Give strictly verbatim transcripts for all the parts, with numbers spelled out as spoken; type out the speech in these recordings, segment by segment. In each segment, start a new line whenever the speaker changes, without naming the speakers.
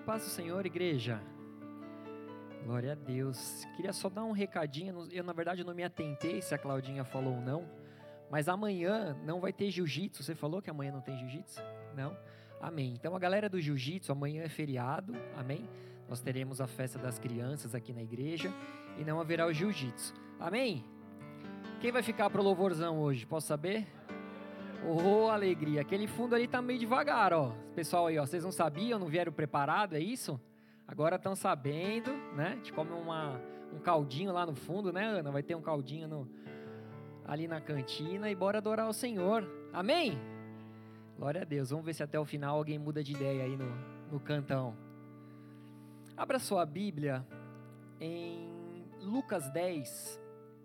paz do Senhor, igreja. Glória a Deus. Queria só dar um recadinho, eu na verdade não me atentei se a Claudinha falou ou não, mas amanhã não vai ter jiu-jitsu. Você falou que amanhã não tem jiu-jitsu? Não? Amém. Então a galera do jiu-jitsu, amanhã é feriado, amém? Nós teremos a festa das crianças aqui na igreja e não haverá o jiu-jitsu. Amém? Quem vai ficar pro louvorzão hoje? Posso saber? Oh, alegria. Aquele fundo ali tá meio devagar, ó. Pessoal aí, ó, vocês não sabiam, não vieram preparado, é isso? Agora estão sabendo, né? A gente come uma, um caldinho lá no fundo, né, Ana? Vai ter um caldinho no, ali na cantina e bora adorar o Senhor. Amém? Glória a Deus. Vamos ver se até o final alguém muda de ideia aí no, no cantão. Abra sua Bíblia em Lucas dez.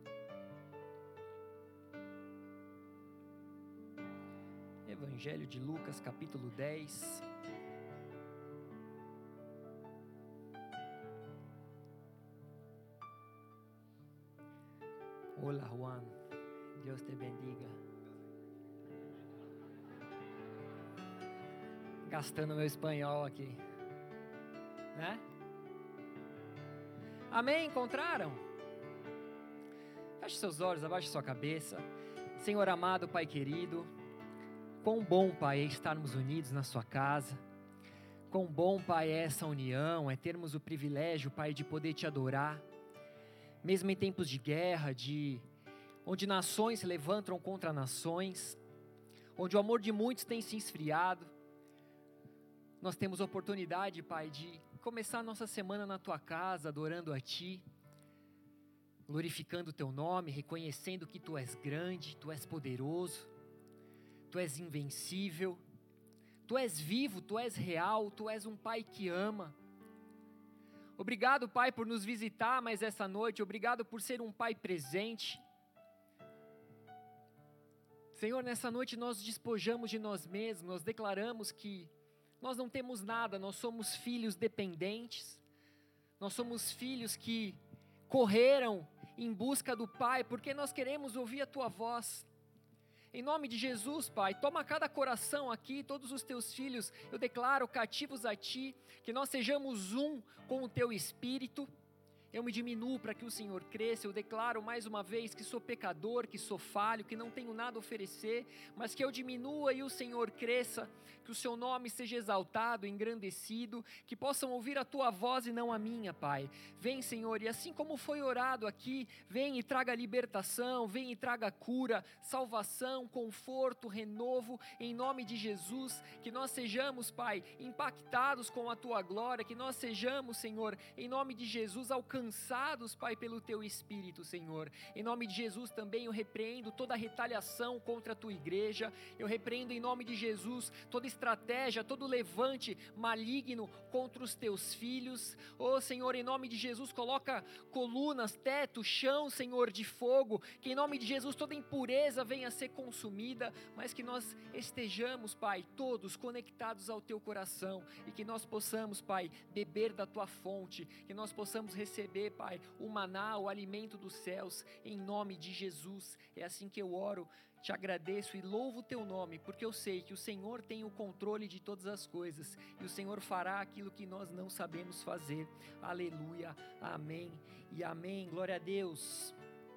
Evangelho de Lucas, capítulo dez. Olá, Juan. Deus te bendiga. Gastando meu espanhol aqui, né? Amém? Encontraram? Feche seus olhos, abaixe sua cabeça. Senhor amado, Pai querido, quão bom, Pai, é estarmos unidos na sua casa. Quão bom, Pai, é essa união, é termos o privilégio, Pai, de poder te adorar. Mesmo em tempos de guerra, de onde nações se levantam contra nações, onde o amor de muitos tem se esfriado, nós temos a oportunidade, Pai, de começar a nossa semana na Tua casa, adorando a Ti, glorificando o Teu nome, reconhecendo que Tu és grande, Tu és poderoso, Tu és invencível, Tu és vivo, Tu és real, Tu és um Pai que ama. Obrigado, Pai, por nos visitar mais essa noite, obrigado por ser um Pai presente. Senhor, nessa noite nós despojamos de nós mesmos, nós declaramos que nós não temos nada, nós somos filhos dependentes, nós somos filhos que correram em busca do Pai, porque nós queremos ouvir a Tua voz. Em nome de Jesus, Pai, toma cada coração aqui, todos os Teus filhos, eu declaro cativos a Ti, que nós sejamos um com o Teu Espírito. Eu me diminuo para que o Senhor cresça, eu declaro mais uma vez que sou pecador, que sou falho, que não tenho nada a oferecer, mas que eu diminua e o Senhor cresça, que o Seu nome seja exaltado, engrandecido, que possam ouvir a Tua voz e não a minha, Pai. Vem, Senhor, e assim como foi orado aqui, vem e traga libertação, vem e traga cura, salvação, conforto, renovo, em nome de Jesus, que nós sejamos, Pai, impactados com a Tua glória, que nós sejamos, Senhor, em nome de Jesus, alcançados, Cansados, Pai, pelo Teu Espírito, Senhor. Em nome de Jesus também eu repreendo toda retaliação contra a Tua igreja, eu repreendo em nome de Jesus toda estratégia, todo levante maligno contra os Teus filhos. Oh, Senhor, em nome de Jesus, coloca colunas, teto, chão, Senhor, de fogo, que em nome de Jesus toda impureza venha a ser consumida, mas que nós estejamos, Pai, todos conectados ao Teu coração, e que nós possamos, Pai, beber da Tua fonte, que nós possamos receber, Pai, o maná, o alimento dos céus, em nome de Jesus. É assim que eu oro, te agradeço e louvo o Teu nome, porque eu sei que o Senhor tem o controle de todas as coisas, e o Senhor fará aquilo que nós não sabemos fazer. Aleluia, amém e amém. Glória a Deus.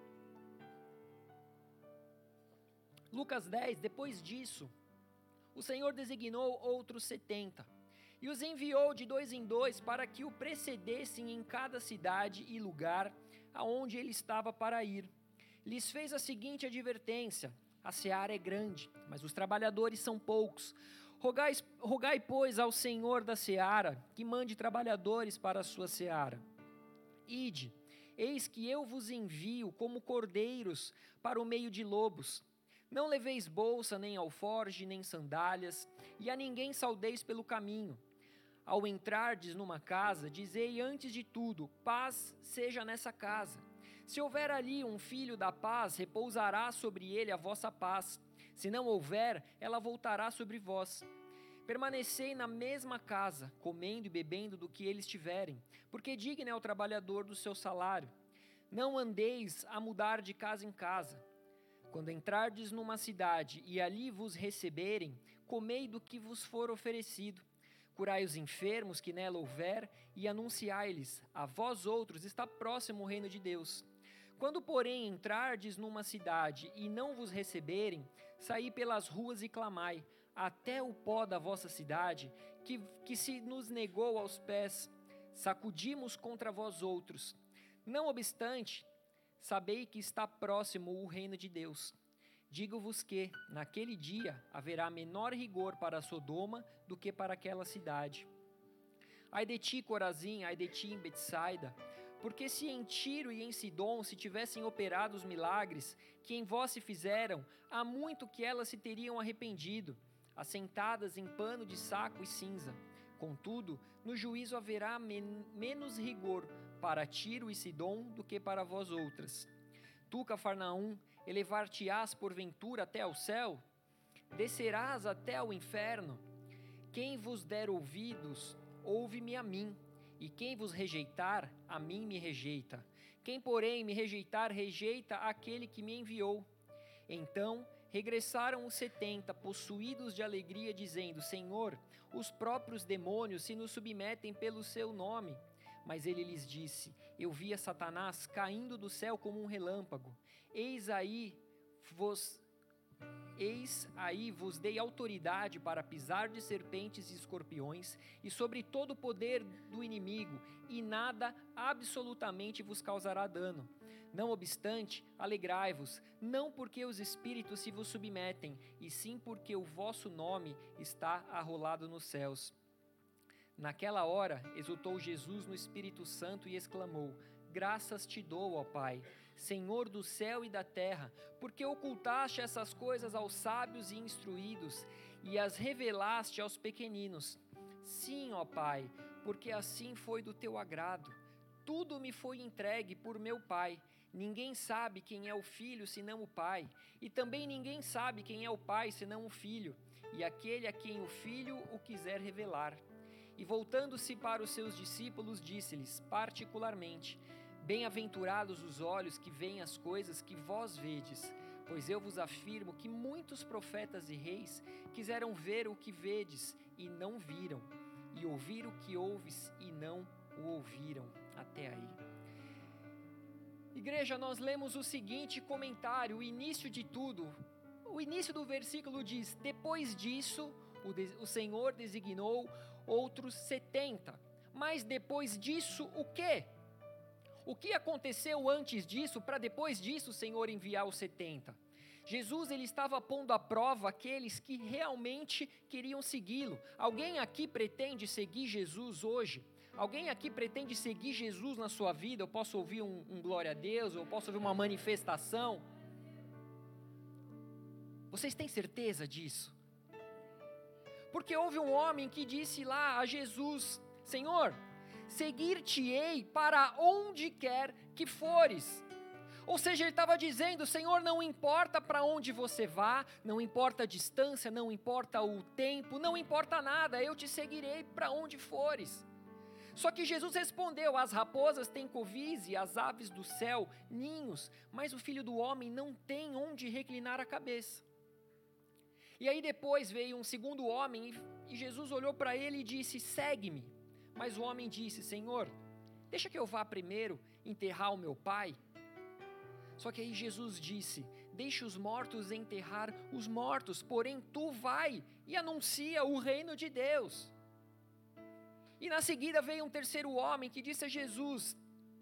Lucas dez, depois disso, o Senhor designou outros setenta, e os enviou de dois em dois para que o precedessem em cada cidade e lugar aonde ele estava para ir. Lhes fez a seguinte advertência: a seara é grande, mas os trabalhadores são poucos. Rogai, rogai, pois, ao Senhor da seara que mande trabalhadores para a sua seara. Ide, eis que eu vos envio como cordeiros para o meio de lobos. Não leveis bolsa, nem alforge, nem sandálias, e a ninguém saudeis pelo caminho. Ao entrardes numa casa, dizei antes de tudo: paz seja nessa casa. Se houver ali um filho da paz, repousará sobre ele a vossa paz. Se não houver, ela voltará sobre vós. Permanecei na mesma casa, comendo e bebendo do que eles tiverem, porque digno é o trabalhador do seu salário. Não andeis a mudar de casa em casa. Quando entrardes numa cidade e ali vos receberem, comei do que vos for oferecido. Curai os enfermos que nela houver, e anunciai-lhes: a vós outros está próximo o reino de Deus. Quando, porém, entrardes numa cidade e não vos receberem, saí pelas ruas e clamai, até o pó da vossa cidade, que, que se nos negou aos pés, sacudimos contra vós outros. Não obstante, sabei que está próximo o reino de Deus. Digo-vos que, naquele dia, haverá menor rigor para Sodoma do que para aquela cidade. Ai de ti, Corazim, ai de ti, em Betsaida, porque se em Tiro e em Sidom se tivessem operado os milagres que em vós se fizeram, há muito que elas se teriam arrependido, assentadas em pano de saco e cinza. Contudo, no juízo haverá men- menos rigor para Tiro e Sidom do que para vós outras. Tu, Cafarnaum, elevar-te-ás porventura até ao céu? Descerás até ao inferno? Quem vos der ouvidos, ouve-me a mim, e quem vos rejeitar, a mim me rejeita. Quem, porém, me rejeitar, rejeita aquele que me enviou. Então regressaram os setenta, possuídos de alegria, dizendo: Senhor, os próprios demônios se nos submetem pelo seu nome. Mas ele lhes disse: Eu vi a Satanás caindo do céu como um relâmpago. Eis aí vos, eis aí vos dei autoridade para pisar de serpentes e escorpiões e sobre todo o poder do inimigo, e nada absolutamente vos causará dano. Não obstante, alegrai-vos, não porque os espíritos se vos submetem, e sim porque o vosso nome está arrolado nos céus. Naquela hora, exultou Jesus no Espírito Santo e exclamou: Graças te dou, ó Pai, Senhor do céu e da terra, porque ocultaste essas coisas aos sábios e instruídos e as revelaste aos pequeninos. Sim, ó Pai, porque assim foi do teu agrado. Tudo me foi entregue por meu Pai. Ninguém sabe quem é o Filho senão o Pai, e também ninguém sabe quem é o Pai senão o Filho, e aquele a quem o Filho o quiser revelar. E voltando-se para os seus discípulos, disse-lhes particularmente: Bem-aventurados os olhos que veem as coisas que vós vedes, pois eu vos afirmo que muitos profetas e reis quiseram ver o que vedes e não viram, e ouvir o que ouves e não o ouviram. Até aí. Igreja, nós lemos o seguinte comentário, o início de tudo. O início do versículo diz: Depois disso, o, de, o Senhor designou outros setenta. Mas depois disso, o quê? O que aconteceu antes disso, para depois disso o Senhor enviar os setenta? Jesus, ele estava pondo à prova aqueles que realmente queriam segui-lo. Alguém aqui pretende seguir Jesus hoje? Alguém aqui pretende seguir Jesus na sua vida? Eu posso ouvir um, um glória a Deus, eu posso ouvir uma manifestação. Vocês têm certeza disso? Porque houve um homem que disse lá a Jesus: Senhor, seguir-te-ei para onde quer que fores. Ou seja, ele estava dizendo: Senhor, não importa para onde você vá, não importa a distância, não importa o tempo, não importa nada, eu te seguirei para onde fores. Só que Jesus respondeu: as raposas têm covis e as aves do céu ninhos, mas o Filho do Homem não tem onde reclinar a cabeça. E aí depois veio um segundo homem e Jesus olhou para ele e disse: segue-me. Mas o homem disse: Senhor, deixa que eu vá primeiro enterrar o meu pai. Só que aí Jesus disse: deixa os mortos enterrar os mortos, porém tu vai e anuncia o reino de Deus. E na seguida veio um terceiro homem que disse a Jesus: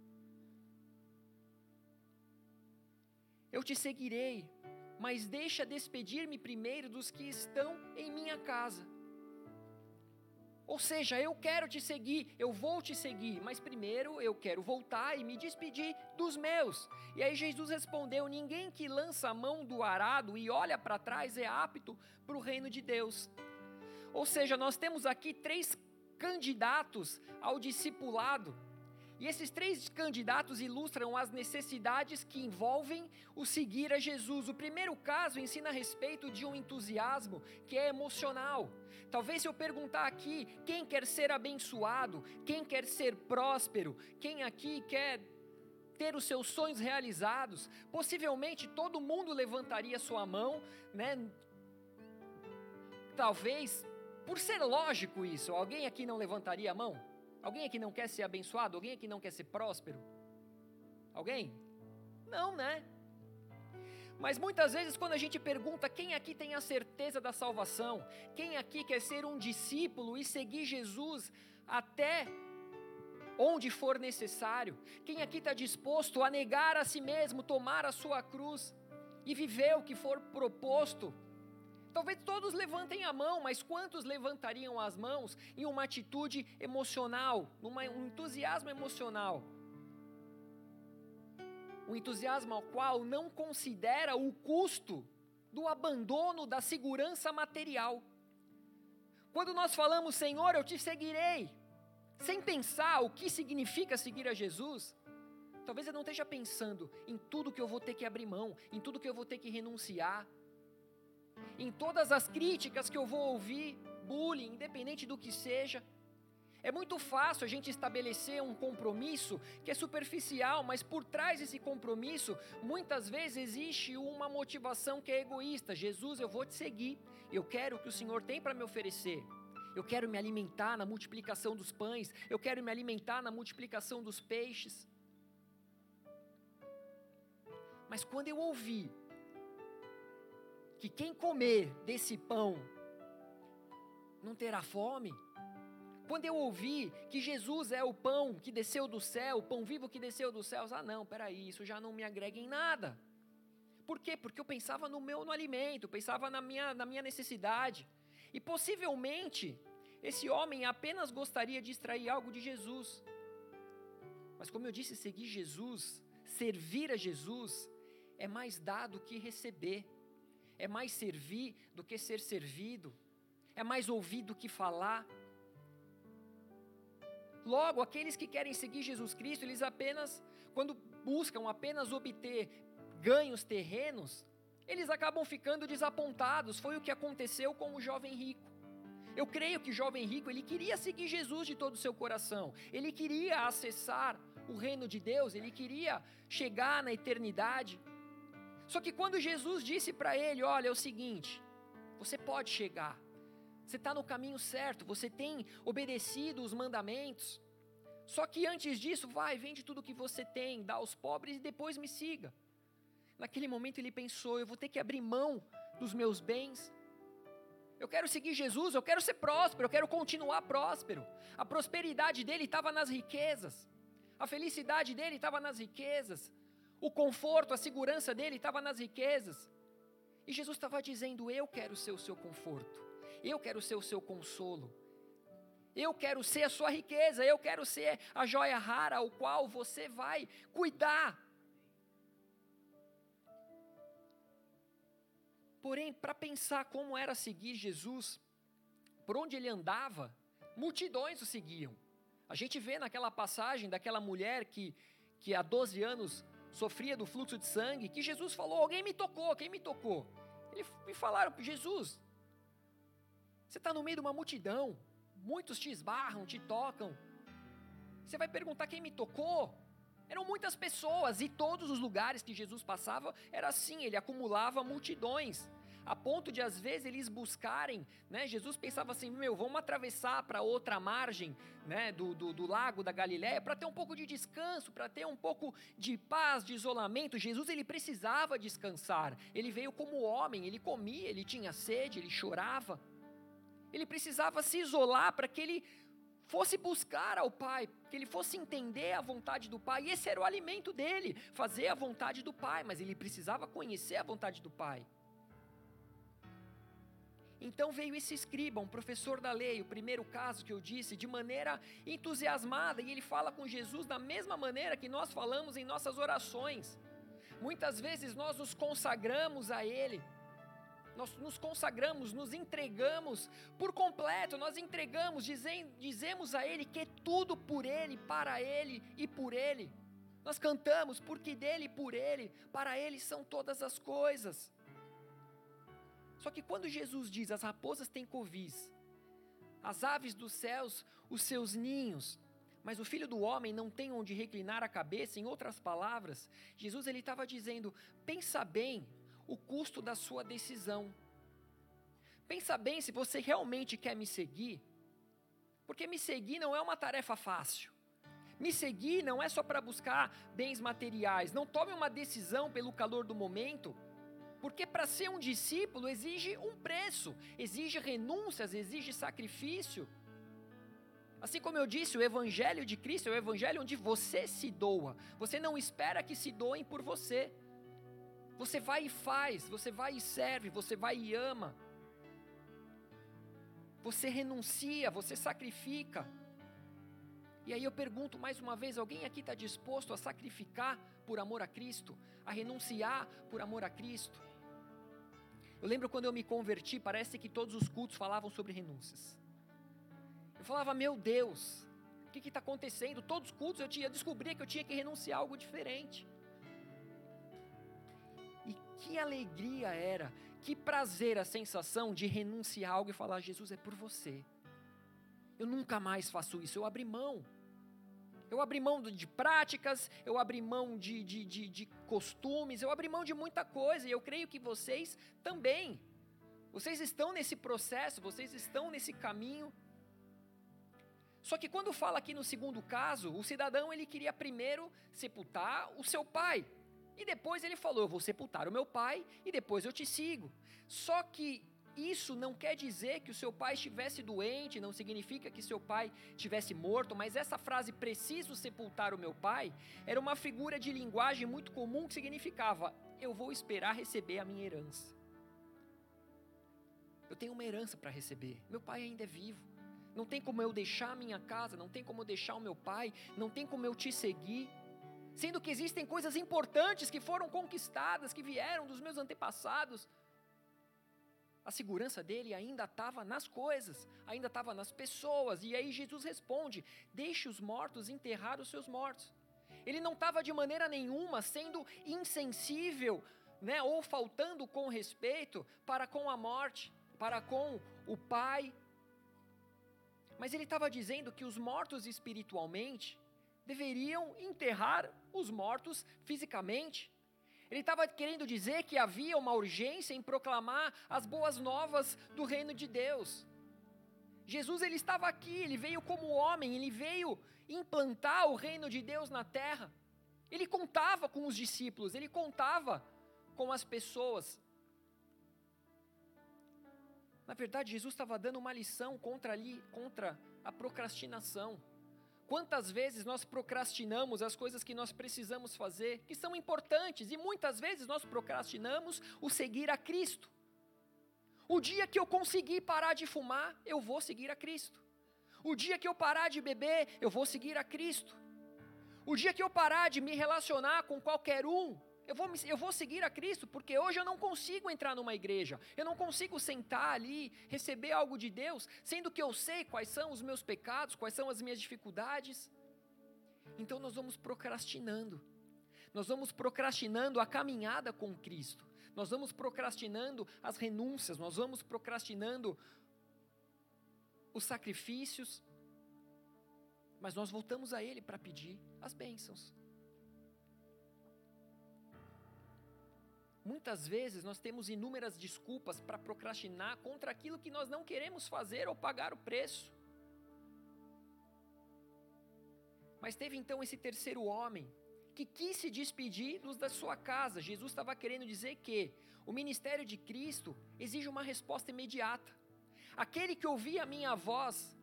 eu te seguirei, mas deixa despedir-me primeiro dos que estão em minha casa. Ou seja, eu quero te seguir, eu vou te seguir, mas primeiro eu quero voltar e me despedir dos meus. E aí Jesus respondeu: ninguém que lança a mão do arado e olha para trás é apto para o reino de Deus. Ou seja, nós temos aqui três candidatos ao discipulado. E esses três candidatos ilustram as necessidades que envolvem o seguir a Jesus. O primeiro caso ensina a respeito de um entusiasmo que é emocional. Talvez se eu perguntar aqui, quem quer ser abençoado, quem quer ser próspero, quem aqui quer ter os seus sonhos realizados, possivelmente todo mundo levantaria sua mão, né? Talvez Por ser lógico isso, alguém aqui não levantaria a mão? Alguém aqui não quer ser abençoado? Alguém aqui não quer ser próspero? Alguém? Não, né? Mas muitas vezes quando a gente pergunta quem aqui tem a certeza da salvação, quem aqui quer ser um discípulo e seguir Jesus até onde for necessário, quem aqui está disposto a negar a si mesmo, tomar a sua cruz e viver o que for proposto, talvez todos levantem a mão, mas quantos levantariam as mãos em uma atitude emocional, num entusiasmo emocional? Um entusiasmo ao qual não considera o custo do abandono da segurança material. Quando nós falamos, Senhor, eu te seguirei, sem pensar o que significa seguir a Jesus, talvez eu não esteja pensando em tudo que eu vou ter que abrir mão, em tudo que eu vou ter que renunciar, em todas as críticas que eu vou ouvir, bullying, independente do que seja. É muito fácil a gente estabelecer um compromisso que é superficial, mas por trás desse compromisso, muitas vezes existe uma motivação que é egoísta. Jesus, eu vou te seguir, eu quero o que o Senhor tem para me oferecer. Eu quero me alimentar na multiplicação dos pães, eu quero me alimentar na multiplicação dos peixes. Mas quando eu ouvi que quem comer desse pão não terá fome, quando eu ouvi que Jesus é o pão que desceu do céu, o pão vivo que desceu dos céus, ah não, peraí, isso já não me agrega em nada. Por quê? Porque eu pensava no meu no alimento, eu pensava na minha, na minha necessidade. E possivelmente, esse homem apenas gostaria de extrair algo de Jesus. Mas como eu disse, seguir Jesus, servir a Jesus, é mais dar do que receber. É mais servir do que ser servido. É mais ouvir do que falar. Logo, aqueles que querem seguir Jesus Cristo, eles apenas, quando buscam apenas obter ganhos terrenos, eles acabam ficando desapontados. Foi o que aconteceu com o jovem rico. Eu creio que o jovem rico, ele queria seguir Jesus de todo o seu coração. Ele queria acessar o reino de Deus, ele queria chegar na eternidade. Só que quando Jesus disse para ele, olha, é o seguinte, você pode chegar. Você está no caminho certo, você tem obedecido os mandamentos. Só que antes disso, vai, vende tudo que você tem, dá aos pobres e depois me siga. Naquele momento ele pensou, eu vou ter que abrir mão dos meus bens. Eu quero seguir Jesus, eu quero ser próspero, eu quero continuar próspero. A prosperidade dele estava nas riquezas. A felicidade dele estava nas riquezas. O conforto, a segurança dele estava nas riquezas. E Jesus estava dizendo, eu quero ser o seu conforto. Eu quero ser o seu consolo. Eu quero ser a sua riqueza. Eu quero ser a joia rara ao qual você vai cuidar. Porém, para pensar como era seguir Jesus, por onde ele andava, multidões o seguiam. A gente vê naquela passagem daquela mulher que, que há doze anos sofria do fluxo de sangue, que Jesus falou, alguém me tocou, quem me tocou? Eles me falaram, Jesus, você está no meio de uma multidão, muitos te esbarram, te tocam. Você vai perguntar quem me tocou? Eram muitas pessoas e todos os lugares que Jesus passava era assim, ele acumulava multidões. A ponto de às vezes eles buscarem, né? Jesus pensava assim, meu, vamos atravessar para outra margem, né? do, do, do lago da Galileia para ter um pouco de descanso, para ter um pouco de paz, de isolamento. Jesus ele precisava descansar, ele veio como homem, ele comia, ele tinha sede, ele chorava. Ele precisava se isolar para que ele fosse buscar ao Pai, que ele fosse entender a vontade do Pai. E esse era o alimento dele, fazer a vontade do Pai, mas ele precisava conhecer a vontade do Pai. Então veio esse escriba, um professor da lei, o primeiro caso que eu disse, de maneira entusiasmada, e ele fala com Jesus da mesma maneira que nós falamos em nossas orações. Muitas vezes nós nos consagramos a Ele, nós nos consagramos, nos entregamos por completo, nós entregamos, dizem, dizemos a Ele que é tudo por Ele, para Ele e por Ele. Nós cantamos, porque dEle e por Ele, para Ele são todas as coisas. Só que quando Jesus diz, as raposas têm covis, as aves dos céus, os seus ninhos, mas o Filho do Homem não tem onde reclinar a cabeça, em outras palavras, Jesus ele estava dizendo, pensa bem o custo da sua decisão. Pensa bem se você realmente quer me seguir, porque me seguir não é uma tarefa fácil. Me seguir não é só para buscar bens materiais. Não tome uma decisão pelo calor do momento, porque para ser um discípulo exige um preço, exige renúncias, exige sacrifício. Assim como eu disse, o evangelho de Cristo é o evangelho onde você se doa. Você não espera que se doem por você. Você vai e faz, você vai e serve, você vai e ama. Você renuncia, você sacrifica. E aí eu pergunto mais uma vez, alguém aqui está disposto a sacrificar por amor a Cristo? A renunciar por amor a Cristo? Eu lembro quando eu me converti, parece que todos os cultos falavam sobre renúncias. Eu falava, meu Deus, o que está acontecendo? Todos os cultos eu tinha, eu descobria que eu tinha que renunciar a algo diferente. E que alegria era, que prazer a sensação de renunciar a algo e falar, Jesus, é por você. Eu nunca mais faço isso, eu abri mão. Eu abri mão de práticas, eu abri mão de, de, de, de costumes, eu abri mão de muita coisa, e eu creio que vocês também. Vocês estão nesse processo, vocês estão nesse caminho. Só que quando fala aqui no segundo caso, o cidadão ele queria primeiro sepultar o seu pai. E depois ele falou, eu vou sepultar o meu pai e depois eu te sigo. Só que isso não quer dizer que o seu pai estivesse doente, não significa que seu pai estivesse morto, mas essa frase, preciso sepultar o meu pai, era uma figura de linguagem muito comum que significava, eu vou esperar receber a minha herança. Eu tenho uma herança para receber, meu pai ainda é vivo. Não tem como eu deixar a minha casa, não tem como eu deixar o meu pai, não tem como eu te seguir. Sendo que existem coisas importantes que foram conquistadas, que vieram dos meus antepassados. A segurança dele ainda estava nas coisas, ainda estava nas pessoas. E aí Jesus responde, deixe os mortos enterrar os seus mortos. Ele não estava de maneira nenhuma sendo insensível, né, ou faltando com respeito para com a morte, para com o pai. Mas ele estava dizendo que os mortos espiritualmente deveriam enterrar os mortos fisicamente. Ele estava querendo dizer que havia uma urgência em proclamar as boas novas do reino de Deus. Jesus ele estava aqui, ele veio como homem, ele veio implantar o reino de Deus na terra. Ele contava com os discípulos, ele contava com as pessoas. Na verdade, Jesus estava dando uma lição contra, ali, contra a procrastinação. Quantas vezes nós procrastinamos as coisas que nós precisamos fazer, que são importantes, e muitas vezes nós procrastinamos o seguir a Cristo. O dia que eu conseguir parar de fumar, eu vou seguir a Cristo. O dia que eu parar de beber, eu vou seguir a Cristo. O dia que eu parar de me relacionar com qualquer um, Eu vou, eu vou seguir a Cristo, porque hoje eu não consigo entrar numa igreja, eu não consigo sentar ali, receber algo de Deus, sendo que eu sei quais são os meus pecados, quais são as minhas dificuldades. Então nós vamos procrastinando, nós vamos procrastinando a caminhada com Cristo, nós vamos procrastinando as renúncias, nós vamos procrastinando os sacrifícios, mas nós voltamos a Ele para pedir as bênçãos. Muitas vezes nós temos inúmeras desculpas para procrastinar contra aquilo que nós não queremos fazer ou pagar o preço. Mas teve então esse terceiro homem que quis se despedir dos da sua casa. Jesus estava querendo dizer que o ministério de Cristo exige uma resposta imediata. Aquele que ouvir a minha voz,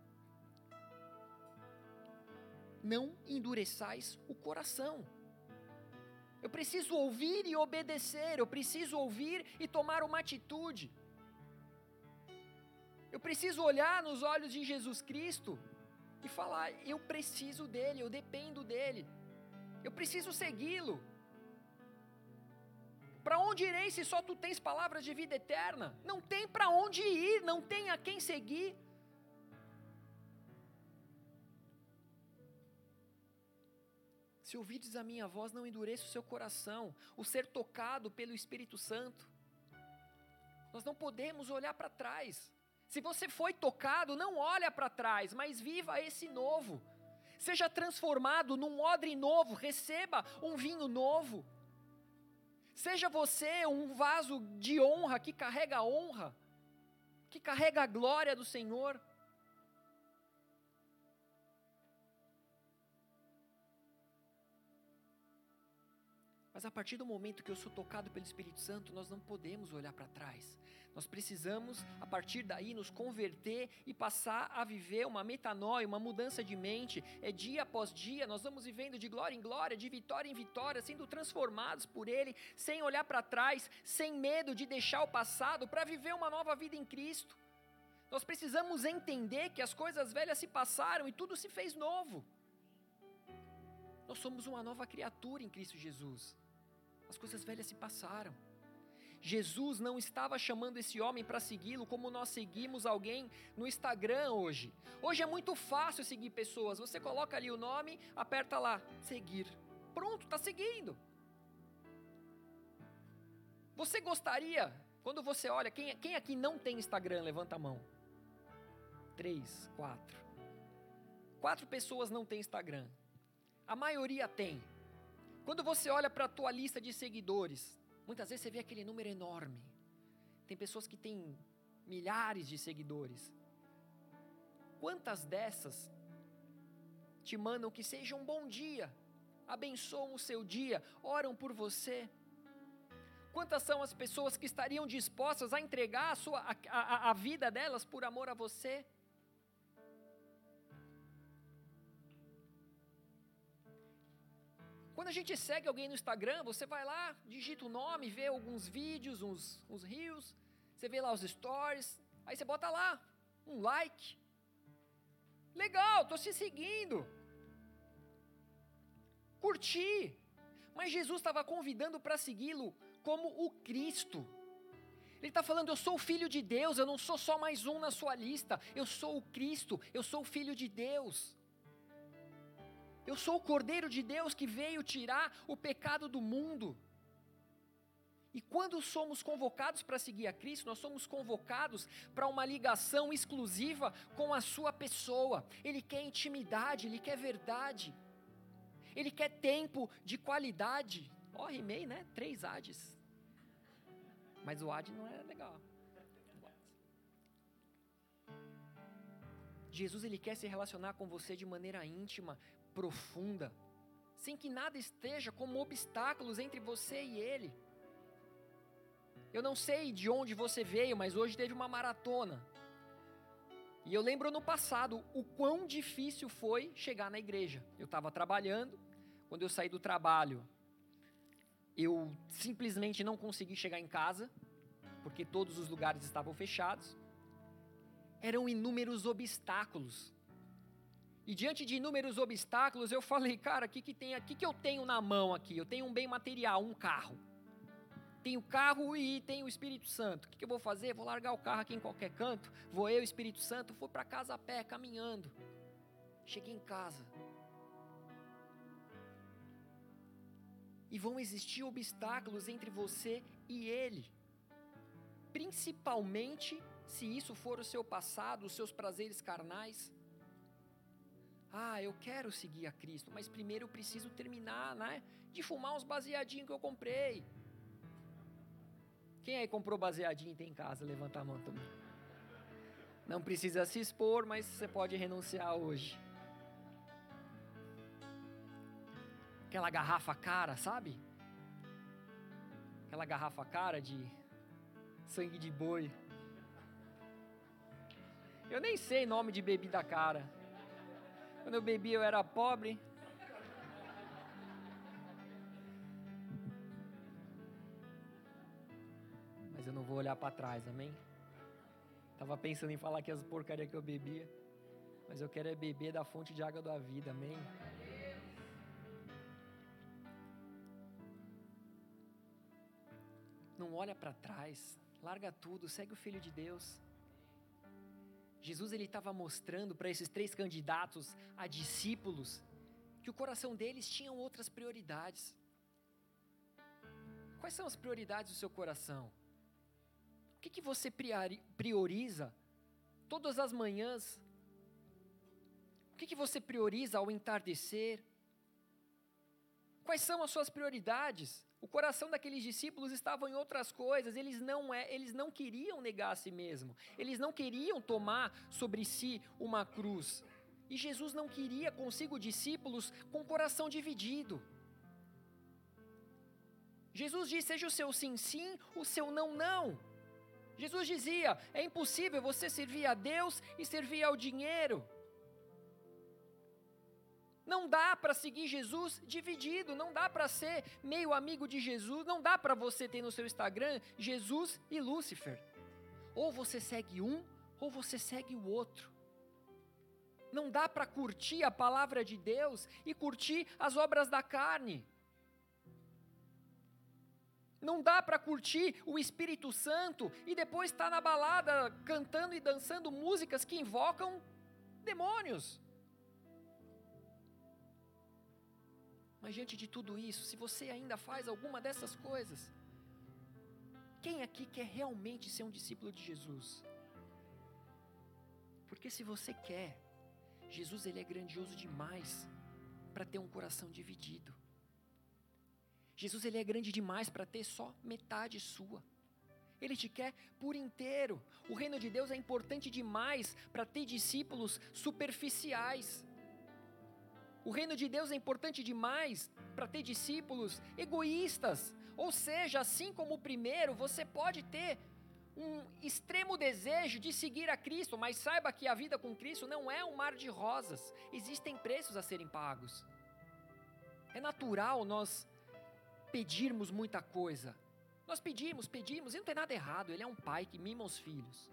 não endureçais o coração. Eu preciso ouvir e obedecer, eu preciso ouvir e tomar uma atitude. Eu preciso olhar nos olhos de Jesus Cristo e falar, eu preciso dele, eu dependo dele. Eu preciso segui-lo. Para onde irei se só tu tens palavras de vida eterna? Não tem para onde ir, não tem a quem seguir. Se ouvides a minha voz, não endureça o seu coração, o ser tocado pelo Espírito Santo. Nós não podemos olhar para trás. Se você foi tocado, não olha para trás, mas viva esse novo. Seja transformado num odre novo, receba um vinho novo. Seja você um vaso de honra que carrega honra. que carrega a glória do Senhor. Mas a partir do momento que eu sou tocado pelo Espírito Santo, nós não podemos olhar para trás. Nós precisamos, a partir daí, nos converter e passar a viver uma metanoia, uma mudança de mente. É dia após dia, nós vamos vivendo de glória em glória, de vitória em vitória, sendo transformados por Ele, sem olhar para trás, sem medo de deixar o passado, para viver uma nova vida em Cristo. Nós precisamos entender que as coisas velhas se passaram e tudo se fez novo. Nós somos uma nova criatura em Cristo Jesus. As coisas velhas se passaram. Jesus não estava chamando esse homem para segui-lo como nós seguimos alguém no Instagram hoje. Hoje é muito fácil seguir pessoas. Você coloca ali o nome, aperta lá, seguir. Pronto, está seguindo. Você gostaria, quando você olha, quem, quem aqui não tem Instagram, levanta a mão. Três, quatro. Quatro pessoas não têm Instagram. A maioria tem. Quando você olha para a tua lista de seguidores, muitas vezes você vê aquele número enorme. Tem pessoas que têm milhares de seguidores. Quantas dessas te mandam que seja um bom dia, abençoam o seu dia, oram por você? Quantas são as pessoas que estariam dispostas a entregar a, sua, a, a, a vida delas por amor a você? Quando a gente segue alguém no Instagram, você vai lá, digita o nome, vê alguns vídeos, uns, uns reels, você vê lá os stories, aí você bota lá, um like. Legal, estou se seguindo. Curti. Mas Jesus estava convidando para segui-lo como o Cristo. Ele está falando, eu sou o Filho de Deus, eu não sou só mais um na sua lista, eu sou o Cristo, eu sou o Filho de Deus. Eu sou o Cordeiro de Deus que veio tirar o pecado do mundo. E quando somos convocados para seguir a Cristo, nós somos convocados para uma ligação exclusiva com a sua pessoa. Ele quer intimidade, Ele quer verdade. Ele quer tempo de qualidade. Ó, oh, rimei, né? Três Ades. Mas o Ad não é legal. Jesus, Ele quer se relacionar com você de maneira íntima, profunda, sem que nada esteja como obstáculos entre você e Ele. Eu não sei de onde você veio, mas hoje teve uma maratona. E eu lembro no passado o quão difícil foi chegar na igreja. Eu estava trabalhando, quando eu saí do trabalho, eu simplesmente não consegui chegar em casa, porque todos os lugares estavam fechados. Eram inúmeros obstáculos. E diante de inúmeros obstáculos, eu falei, cara, o que, que, tem, que, que eu tenho na mão aqui? Eu tenho um bem material, um carro. Tenho carro e tenho o Espírito Santo. O que, que eu vou fazer? Vou largar o carro aqui em qualquer canto. Vou eu, Espírito Santo, fui para casa a pé, caminhando. Cheguei em casa. E vão existir obstáculos entre você e Ele. Principalmente se isso for o seu passado, os seus prazeres carnais. Ah, eu quero seguir a Cristo, mas primeiro eu preciso terminar, né? De fumar uns baseadinhos que eu comprei. Quem aí comprou baseadinho e tem em casa? Levanta a mão também. Não precisa se expor, mas você pode renunciar hoje. Aquela garrafa cara, sabe? Aquela garrafa cara de sangue de boi. Eu nem sei nome de bebida cara. Quando eu bebi eu era pobre. Mas eu não vou olhar para trás, amém? Tava pensando em falar que as porcarias que eu bebia. Mas eu quero é beber da fonte de água da vida, amém? Não olha para trás. Larga tudo, segue o Filho de Deus. Jesus, ele estava mostrando para esses três candidatos a discípulos que o coração deles tinha outras prioridades. Quais são as prioridades do seu coração? O que, que você prioriza todas as manhãs? O que, que você prioriza ao entardecer? Quais são as suas prioridades? O coração daqueles discípulos estava em outras coisas, eles não, é, eles não queriam negar a si mesmo, eles não queriam tomar sobre si uma cruz. E Jesus não queria consigo discípulos com o coração dividido. Jesus diz, seja o seu sim, sim, o seu não, não. Jesus dizia, é impossível você servir a Deus e servir ao dinheiro. Não dá para seguir Jesus dividido, não dá para ser meio amigo de Jesus, não dá para você ter no seu Instagram Jesus e Lúcifer. Ou você segue um, ou você segue o outro. Não dá para curtir a palavra de Deus e curtir as obras da carne. Não dá para curtir o Espírito Santo e depois estar na balada cantando e dançando músicas que invocam demônios. Mas diante de tudo isso, se você ainda faz alguma dessas coisas, quem aqui quer realmente ser um discípulo de Jesus? Porque se você quer, Jesus ele é grandioso demais para ter um coração dividido. Jesus ele é grande demais para ter só metade sua. Ele te quer por inteiro. O reino de Deus é importante demais para ter discípulos superficiais. O reino de Deus é importante demais para ter discípulos egoístas. Ou seja, assim como o primeiro, você pode ter um extremo desejo de seguir a Cristo, mas saiba que a vida com Cristo não é um mar de rosas. Existem preços a serem pagos. É natural nós pedirmos muita coisa. Nós pedimos, pedimos, e não tem nada errado. Ele é um pai que mima os filhos.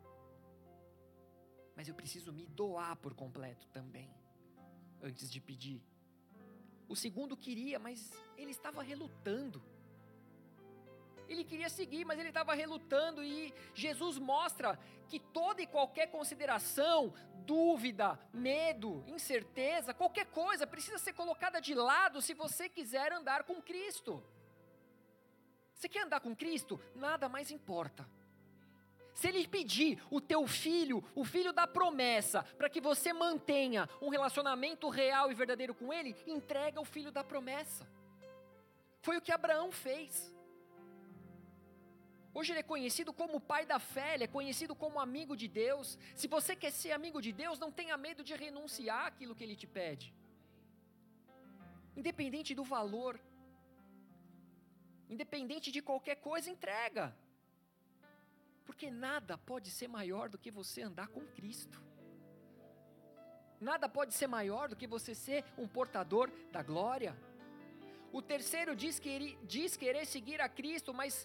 Mas eu preciso me doar por completo também, antes de pedir. O segundo queria, mas ele estava relutando. Ele queria seguir, mas ele estava relutando, e Jesus mostra que toda e qualquer consideração, dúvida, medo, incerteza, qualquer coisa precisa ser colocada de lado se você quiser andar com Cristo. Você quer andar com Cristo? Nada mais importa. Se Ele pedir o teu filho, o filho da promessa, para que você mantenha um relacionamento real e verdadeiro com Ele, entrega o filho da promessa. Foi o que Abraão fez. Hoje ele é conhecido como o pai da fé, ele é conhecido como amigo de Deus. Se você quer ser amigo de Deus, não tenha medo de renunciar àquilo que Ele te pede. Independente do valor, independente de qualquer coisa, entrega. Porque nada pode ser maior do que você andar com Cristo. Nada pode ser maior do que você ser um portador da glória. O terceiro diz, que, diz querer seguir a Cristo, mas...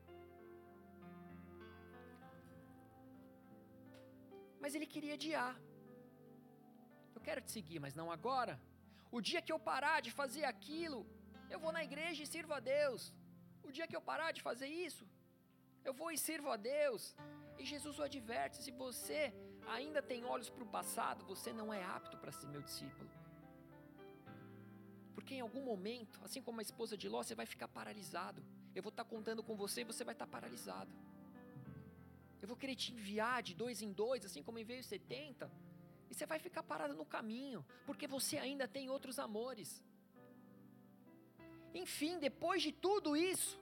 Mas ele queria adiar. Eu quero te seguir, mas não agora. O dia que eu parar de fazer aquilo, eu vou na igreja e sirvo a Deus. O dia que eu parar de fazer isso, eu vou e sirvo a Deus. E Jesus o adverte, se você ainda tem olhos para o passado, você não é apto para ser meu discípulo. Porque em algum momento, assim como a esposa de Ló, você vai ficar paralisado. Eu vou estar contando com você e você vai estar paralisado. Eu vou querer te enviar de dois em dois, assim como enviei os setenta, e você vai ficar parado no caminho, porque você ainda tem outros amores. Enfim, depois de tudo isso,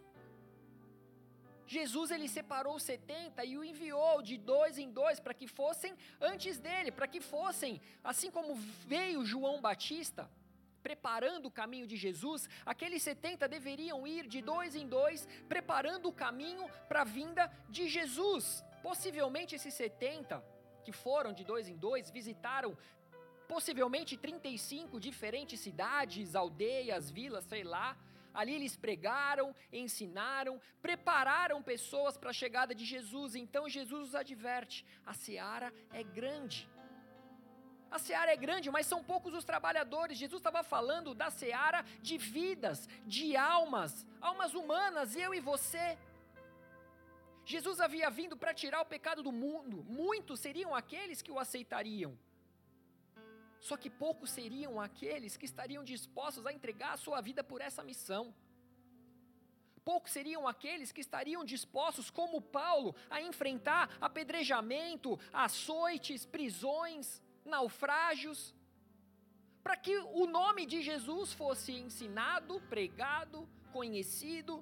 Jesus ele separou os setenta e o enviou de dois em dois para que fossem antes dele, para que fossem, assim como veio João Batista, preparando o caminho de Jesus, aqueles setenta deveriam ir de dois em dois, preparando o caminho para a vinda de Jesus. Possivelmente esses setenta, que foram de dois em dois, visitaram possivelmente trinta e cinco diferentes cidades, aldeias, vilas, sei lá. Ali eles pregaram, ensinaram, prepararam pessoas para a chegada de Jesus. Então Jesus os adverte, a seara é grande. A seara é grande, mas são poucos os trabalhadores. Jesus estava falando da seara de vidas, de almas, almas humanas, eu e você. Jesus havia vindo para tirar o pecado do mundo. Muitos seriam aqueles que o aceitariam. Só que poucos seriam aqueles que estariam dispostos a entregar a sua vida por essa missão. Poucos seriam aqueles que estariam dispostos, como Paulo, a enfrentar apedrejamento, açoites, prisões, naufrágios, para que o nome de Jesus fosse ensinado, pregado, conhecido.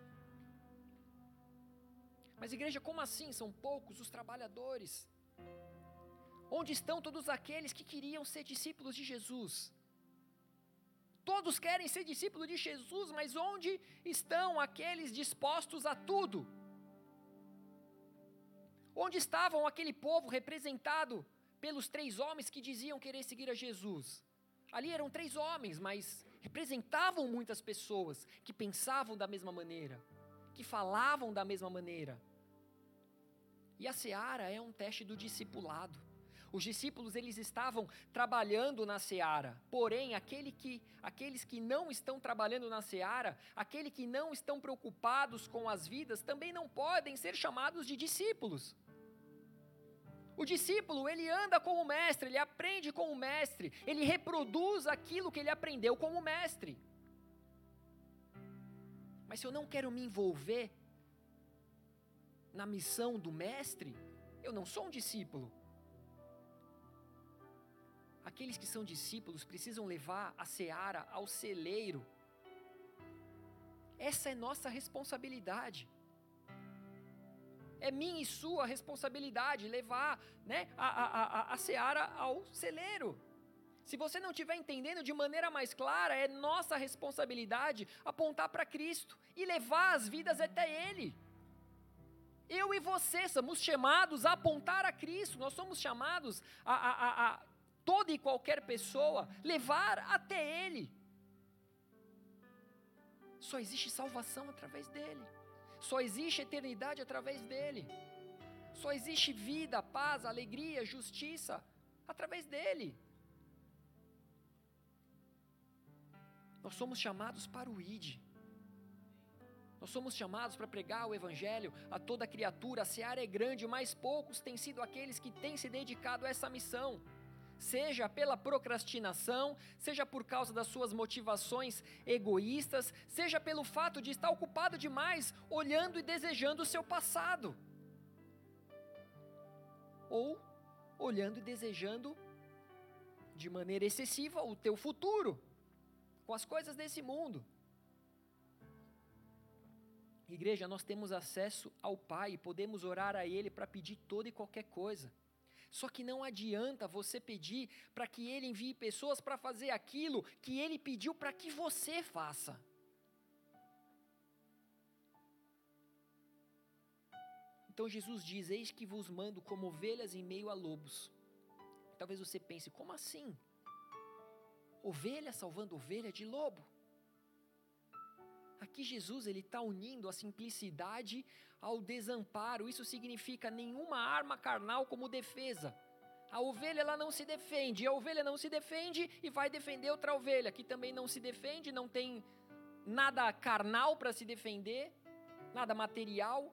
Mas igreja, como assim? São poucos os trabalhadores. Onde estão todos aqueles que queriam ser discípulos de Jesus? Todos querem ser discípulos de Jesus, mas onde estão aqueles dispostos a tudo? Onde estavam aquele povo representado pelos três homens que diziam querer seguir a Jesus? Ali eram três homens, mas representavam muitas pessoas que pensavam da mesma maneira, que falavam da mesma maneira. E a seara é um teste do discipulado. Os discípulos, eles estavam trabalhando na seara, porém, aquele que, aqueles que não estão trabalhando na seara, aqueles que não estão preocupados com as vidas, também não podem ser chamados de discípulos. O discípulo, ele anda com o mestre, ele aprende com o mestre, ele reproduz aquilo que ele aprendeu com o mestre. Mas se eu não quero me envolver na missão do mestre, eu não sou um discípulo. Aqueles que são discípulos precisam levar a seara ao celeiro. Essa é nossa responsabilidade. É minha e sua responsabilidade levar, né, a, a, a, a seara ao celeiro. Se você não estiver entendendo de maneira mais clara, é nossa responsabilidade apontar para Cristo e levar as vidas até Ele. Eu e você somos chamados a apontar a Cristo, nós somos chamados a, a, a, a toda e qualquer pessoa levar até Ele. Só existe salvação através dEle. Só existe eternidade através dEle. Só existe vida, paz, alegria, justiça através dEle. Nós somos chamados para o I D. Nós somos chamados para pregar o Evangelho a toda criatura. A seara é grande, mas poucos têm sido aqueles que têm se dedicado a essa missão. Seja pela procrastinação, seja por causa das suas motivações egoístas, seja pelo fato de estar ocupado demais, olhando e desejando o seu passado. Ou olhando e desejando de maneira excessiva o teu futuro, com as coisas desse mundo. Igreja, nós temos acesso ao Pai e podemos orar a Ele para pedir toda e qualquer coisa. Só que não adianta você pedir para que Ele envie pessoas para fazer aquilo que Ele pediu para que você faça. Então Jesus diz, eis que vos mando como ovelhas em meio a lobos. Talvez você pense, como assim? Ovelha salvando ovelha de lobo? Aqui Jesus ele está unindo a simplicidade ao desamparo. Isso significa nenhuma arma carnal como defesa. A ovelha ela não se defende, a ovelha não se defende e vai defender outra ovelha, que também não se defende, não tem nada carnal para se defender, nada material.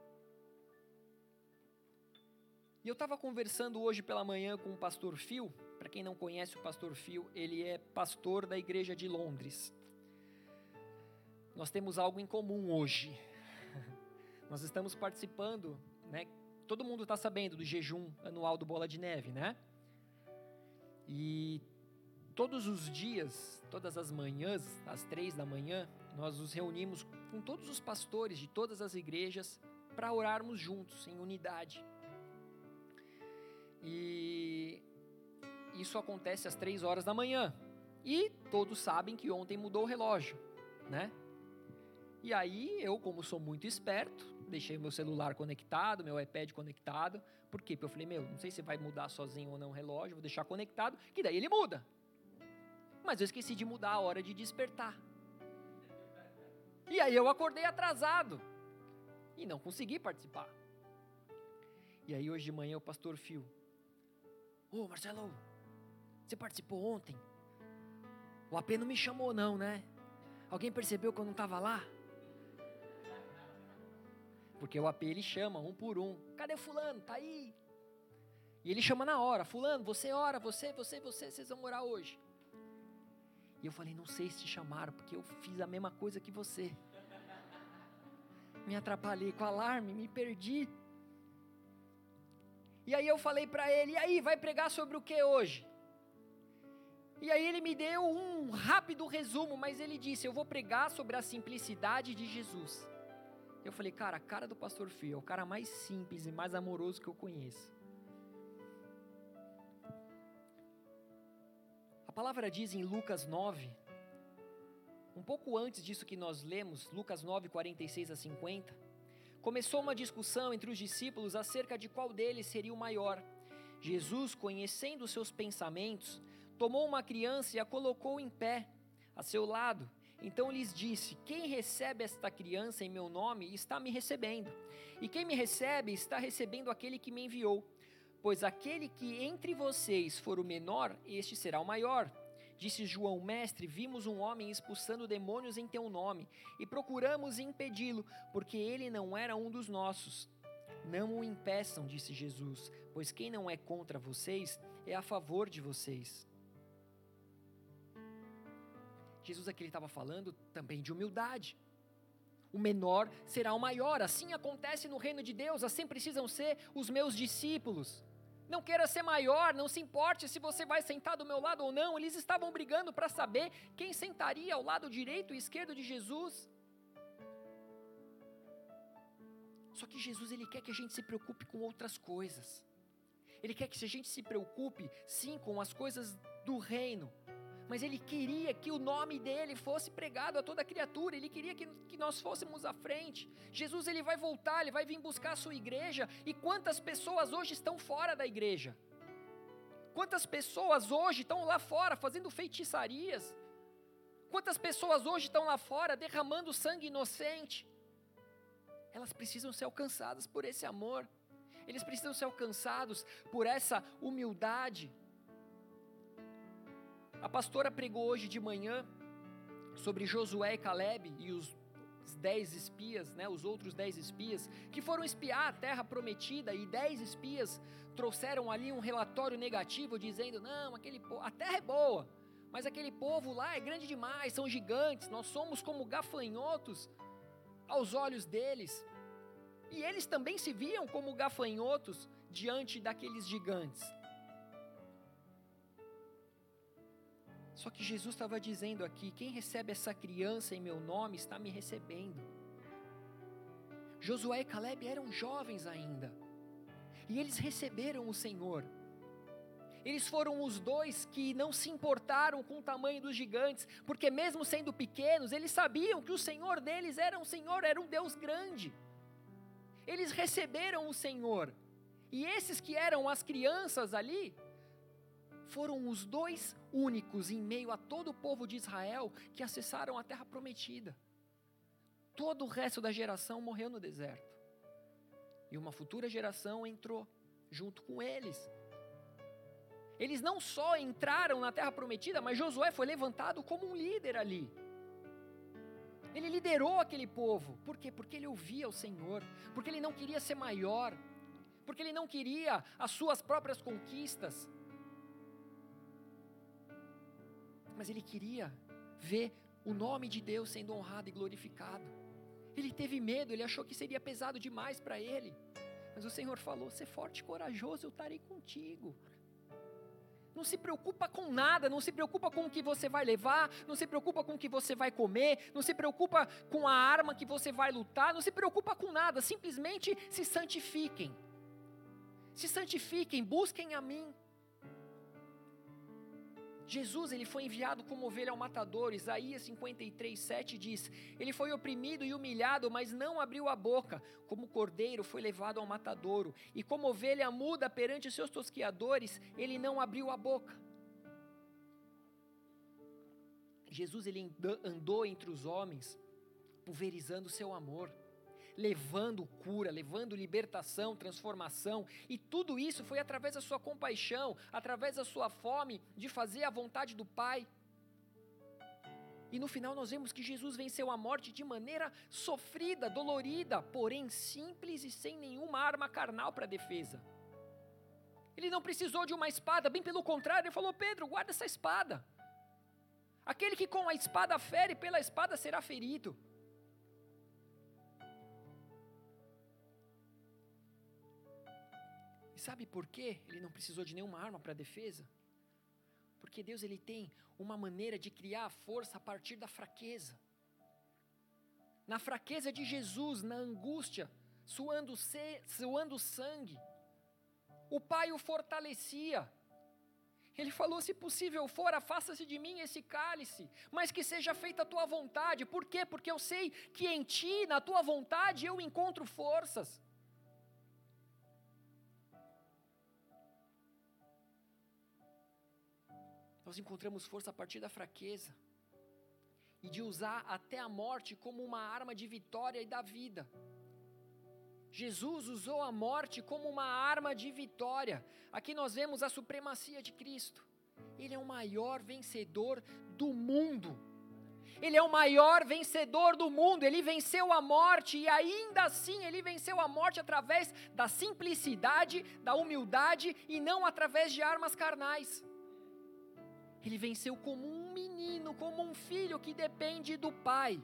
E eu estava conversando hoje pela manhã com o pastor Phil. Para quem não conhece o pastor Phil, ele é pastor da igreja de Londres. Nós temos algo em comum hoje. Nós estamos participando, né? Todo mundo está sabendo do jejum anual do Bola de Neve, né? E todos os dias, todas as manhãs, às três da manhã, nós nos reunimos com todos os pastores de todas as igrejas para orarmos juntos, em unidade. E isso acontece às três horas da manhã. E todos sabem que ontem mudou o relógio, né? E aí, eu, como sou muito esperto, deixei meu celular conectado, meu iPad conectado. Por quê? Porque eu falei, meu, não sei se vai mudar sozinho ou não o relógio, vou deixar conectado, que daí ele muda. Mas eu esqueci de mudar a hora de despertar. E aí eu acordei atrasado. E não consegui participar. E aí hoje de manhã o pastor Phil, ô oh, Marcelo, você participou ontem? O A P não me chamou não, né? Alguém percebeu que eu não estava lá? Porque o A P ele chama um por um. Cadê fulano? Tá aí. E ele chama na hora. Fulano, você ora, você, você, você, vocês vão orar hoje. E eu falei, não sei se te chamaram, porque eu fiz a mesma coisa que você. Me atrapalhei com o alarme, me perdi. E aí eu falei para ele, e aí, vai pregar sobre o que hoje? E aí ele me deu um rápido resumo, mas ele disse, eu vou pregar sobre a simplicidade de Jesus. Eu falei, cara, a cara do pastor Fio é o cara mais simples e mais amoroso que eu conheço. A palavra diz em Lucas nove, um pouco antes disso que nós lemos, Lucas nove, quarenta e seis a cinquenta, começou uma discussão entre os discípulos acerca de qual deles seria o maior. Jesus, conhecendo os seus pensamentos, tomou uma criança e a colocou em pé, a seu lado. Então lhes disse, quem recebe esta criança em meu nome, está me recebendo. E quem me recebe, está recebendo aquele que me enviou. Pois aquele que entre vocês for o menor, este será o maior. Disse João, mestre, vimos um homem expulsando demônios em teu nome, e procuramos impedi-lo, porque ele não era um dos nossos. Não o impeçam, disse Jesus, pois quem não é contra vocês, é a favor de vocês. Jesus aqui estava falando também de humildade. O menor será o maior, assim acontece no reino de Deus, assim precisam ser os meus discípulos. Não queira ser maior, não se importe se você vai sentar do meu lado ou não. Eles estavam brigando para saber quem sentaria ao lado direito e esquerdo de Jesus. Só que Jesus, ele quer que a gente se preocupe com outras coisas. Ele quer que a gente se preocupe, sim, com as coisas do reino. Mas ele queria que o nome dele fosse pregado a toda criatura, ele queria que, que nós fôssemos à frente. Jesus, ele vai voltar, ele vai vir buscar a sua igreja, e quantas pessoas hoje estão fora da igreja? Quantas pessoas hoje estão lá fora fazendo feitiçarias? Quantas pessoas hoje estão lá fora derramando sangue inocente? Elas precisam ser alcançadas por esse amor, eles precisam ser alcançados por essa humildade. A pastora pregou hoje de manhã sobre Josué e Calebe e os dez espias, né, os outros dez espias, que foram espiar a terra prometida, e dez espias trouxeram ali um relatório negativo, dizendo, não, aquele po- a terra é boa, mas aquele povo lá é grande demais, são gigantes, nós somos como gafanhotos aos olhos deles. E eles também se viam como gafanhotos diante daqueles gigantes. Só que Jesus estava dizendo aqui, quem recebe essa criança em meu nome está me recebendo. Josué e Calebe eram jovens ainda, e eles receberam o Senhor. Eles foram os dois que não se importaram com o tamanho dos gigantes, porque mesmo sendo pequenos, eles sabiam que o Senhor deles era um Senhor, era um Deus grande. Eles receberam o Senhor, e esses que eram as crianças ali, foram os dois únicos em meio a todo o povo de Israel que acessaram a terra prometida. Todo o resto da geração morreu no deserto. E uma futura geração entrou junto com eles. Eles não só entraram na terra prometida, mas Josué foi levantado como um líder ali. Ele liderou aquele povo. Por quê? Porque ele ouvia o Senhor. Porque ele não queria ser maior. Porque ele não queria as suas próprias conquistas. Mas ele queria ver o nome de Deus sendo honrado e glorificado. Ele teve medo, ele achou que seria pesado demais para ele. Mas o Senhor falou, ser forte e corajoso, eu estarei contigo. Não se preocupa com nada, não se preocupa com o que você vai levar, não se preocupa com o que você vai comer, não se preocupa com a arma que você vai lutar, não se preocupa com nada, simplesmente se santifiquem. Se santifiquem, busquem a mim. Jesus, ele foi enviado como ovelha ao matador. Isaías cinquenta e três, sete diz, ele foi oprimido e humilhado, mas não abriu a boca, como cordeiro foi levado ao matadouro, e como ovelha muda perante os seus tosquiadores, ele não abriu a boca. Jesus, ele andou entre os homens, pulverizando o seu amor, levando cura, levando libertação, transformação, e tudo isso foi através da sua compaixão, através da sua fome de fazer a vontade do Pai. E no final nós vemos que Jesus venceu a morte de maneira sofrida, dolorida, porém simples e sem nenhuma arma carnal para defesa. Ele não precisou de uma espada, bem pelo contrário, ele falou, Pedro, guarda essa espada. Aquele que com a espada fere, pela espada será ferido. E sabe por quê? Ele não precisou de nenhuma arma para defesa? Porque Deus ele tem uma maneira de criar a força a partir da fraqueza. Na fraqueza de Jesus, na angústia, suando, se, suando sangue, o Pai o fortalecia. Ele falou, se possível for, afasta-se de mim esse cálice, mas que seja feita a tua vontade. Por quê? Porque eu sei que em ti, na tua vontade, eu encontro forças. Nós encontramos força a partir da fraqueza e de usar até a morte como uma arma de vitória e da vida. Jesus usou a morte como uma arma de vitória. Aqui nós vemos a supremacia de Cristo. Ele é o maior vencedor do mundo. Ele é o maior vencedor do mundo. Ele venceu a morte e ainda assim ele venceu a morte através da simplicidade, da humildade e não através de armas carnais. Ele venceu como um menino, como um filho que depende do Pai.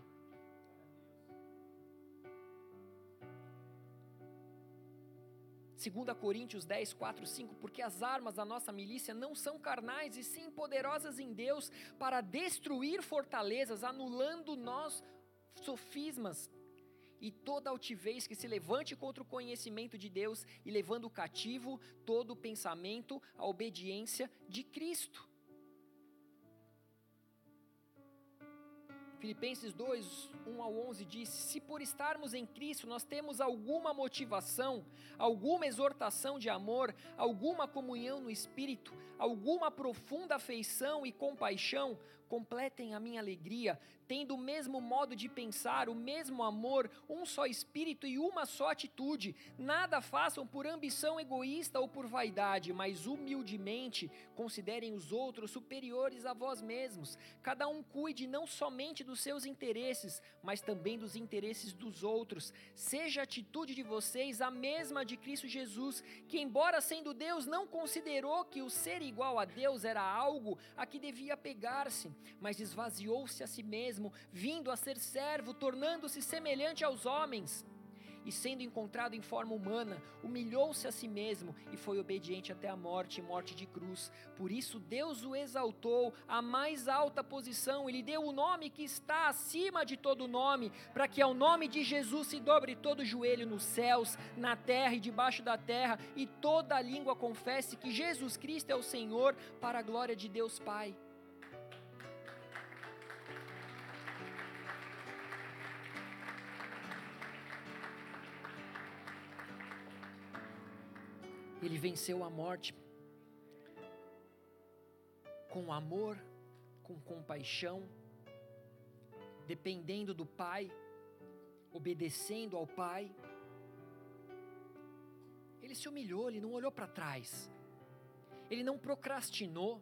Segunda Coríntios dez, quatro, cinco, porque as armas da nossa milícia não são carnais, e sim poderosas em Deus para destruir fortalezas, anulando nós sofismas e toda altivez que se levante contra o conhecimento de Deus e levando cativo todo o pensamento à obediência de Cristo. Filipenses dois, um ao onze diz, se por estarmos em Cristo nós temos alguma motivação, alguma exortação de amor, alguma comunhão no Espírito, alguma profunda afeição e compaixão, completem a minha alegria, tendo o mesmo modo de pensar, o mesmo amor, um só Espírito e uma só atitude. Nada façam por ambição egoísta ou por vaidade, mas humildemente considerem os outros superiores a vós mesmos. Cada um cuide não somente dos seus interesses, mas também dos interesses dos outros. Seja a atitude de vocês a mesma de Cristo Jesus, que embora sendo Deus, não considerou que o ser igual a Deus era algo a que devia pegar-se, mas esvaziou-se a si mesmo, vindo a ser servo, tornando-se semelhante aos homens. E sendo encontrado em forma humana, humilhou-se a si mesmo e foi obediente até a morte, morte de cruz. Por isso Deus o exaltou à mais alta posição e lhe deu o nome que está acima de todo nome, para que ao nome de Jesus se dobre todo o joelho nos céus, na terra e debaixo da terra, e toda língua confesse que Jesus Cristo é o Senhor, para a glória de Deus Pai. Ele venceu a morte com amor, com compaixão, dependendo do Pai, obedecendo ao Pai. Ele se humilhou, ele não olhou para trás, ele não procrastinou,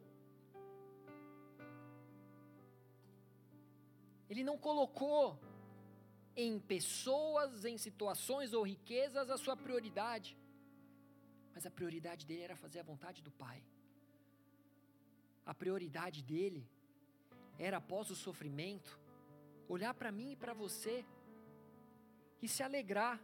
ele não colocou em pessoas, em situações ou riquezas a sua prioridade. Mas a prioridade dele era fazer a vontade do Pai. A prioridade dele era, após o sofrimento, olhar para mim e para você e se alegrar.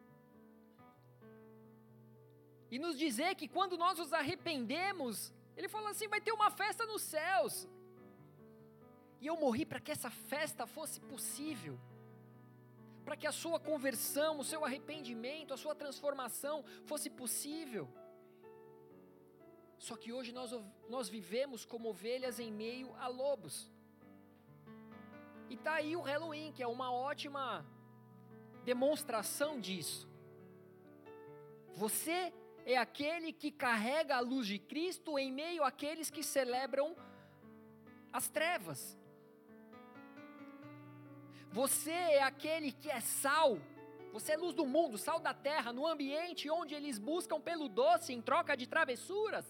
E nos dizer que quando nós nos arrependemos, ele fala assim, vai ter uma festa nos céus. E eu morri para que essa festa fosse possível. Para que a sua conversão, o seu arrependimento, a sua transformação fosse possível. Só que hoje nós, nós vivemos como ovelhas em meio a lobos. E está aí o Halloween, que é uma ótima demonstração disso. Você é aquele que carrega a luz de Cristo em meio àqueles que celebram as trevas. Você é aquele que é sal, você é luz do mundo, sal da terra, no ambiente onde eles buscam pelo doce em troca de travessuras.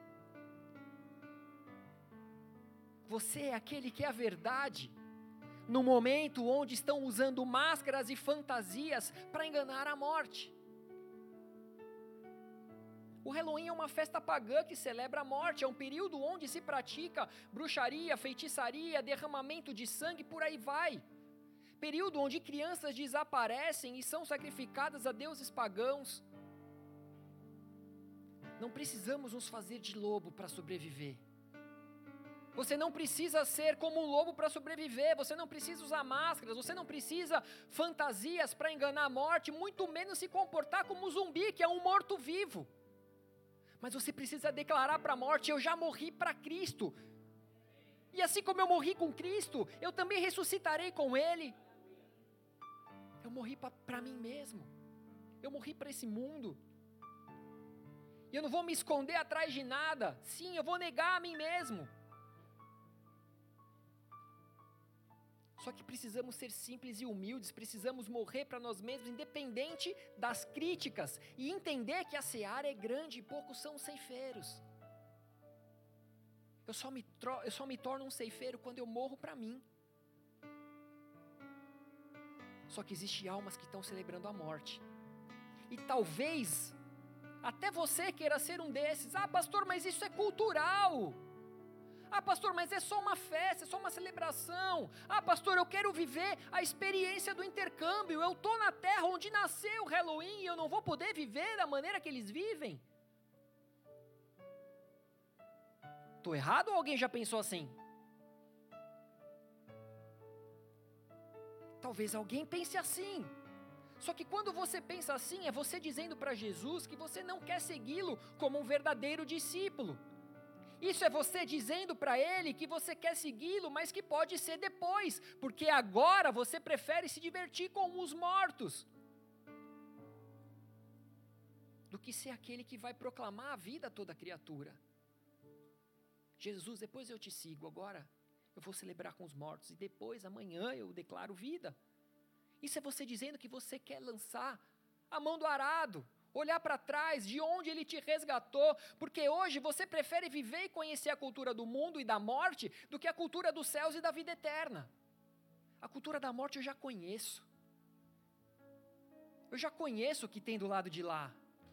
Você é aquele que é a verdade, no momento onde estão usando máscaras e fantasias para enganar a morte. O Halloween é uma festa pagã que celebra a morte, é um período onde se pratica bruxaria, feitiçaria, derramamento de sangue, por aí vai. Período onde crianças desaparecem e são sacrificadas a deuses pagãos. Não precisamos nos fazer de lobo para sobreviver. Você não precisa ser como um lobo para sobreviver, você não precisa usar máscaras, você não precisa fantasias para enganar a morte, muito menos se comportar como um zumbi, que é um morto-vivo. Mas você precisa declarar para a morte: eu já morri para Cristo. E assim como eu morri com Cristo, eu também ressuscitarei com Ele. Eu morri para mim mesmo. Eu morri para esse mundo. E eu não vou me esconder atrás de nada. Sim, eu vou negar a mim mesmo. Só que precisamos ser simples e humildes, precisamos morrer para nós mesmos, independente das críticas, e entender que a seara é grande e poucos são os ceifeiros. Eu só me, tro- eu só me torno um ceifeiro quando eu morro para mim. Só que existem almas que estão celebrando a morte. E talvez até você queira ser um desses. Ah, pastor, mas isso é cultural. Ah, pastor, mas é só uma festa, é só uma celebração. Ah, pastor, eu quero viver a experiência do intercâmbio. Eu estou na terra onde nasceu o Halloween e eu não vou poder viver da maneira que eles vivem. Estou errado ou alguém já pensou assim? Talvez alguém pense assim. Só que quando você pensa assim, é você dizendo para Jesus que você não quer segui-lo como um verdadeiro discípulo. Isso é você dizendo para Ele que você quer segui-lo, mas que pode ser depois, porque agora você prefere se divertir com os mortos, do que ser aquele que vai proclamar a vida a toda criatura. Jesus, depois eu te sigo, agora eu vou celebrar com os mortos, e depois, amanhã, eu declaro vida. Isso é você dizendo que você quer lançar a mão do arado, olhar para trás, de onde Ele te resgatou, porque hoje você prefere viver e conhecer a cultura do mundo e da morte, do que a cultura dos céus e da vida eterna. A cultura da morte eu já conheço. Eu já conheço o que tem do lado de lá.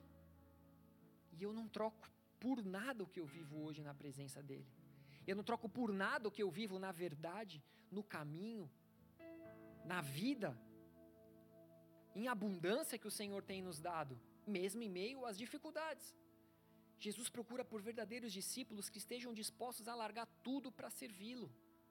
E eu não troco por nada o que eu vivo hoje na presença dEle. Eu não troco por nada o que eu vivo na verdade, no caminho, na vida, em abundância que o Senhor tem nos dado, mesmo em meio às dificuldades. Jesus procura por verdadeiros discípulos que estejam dispostos a largar tudo para servi-lo.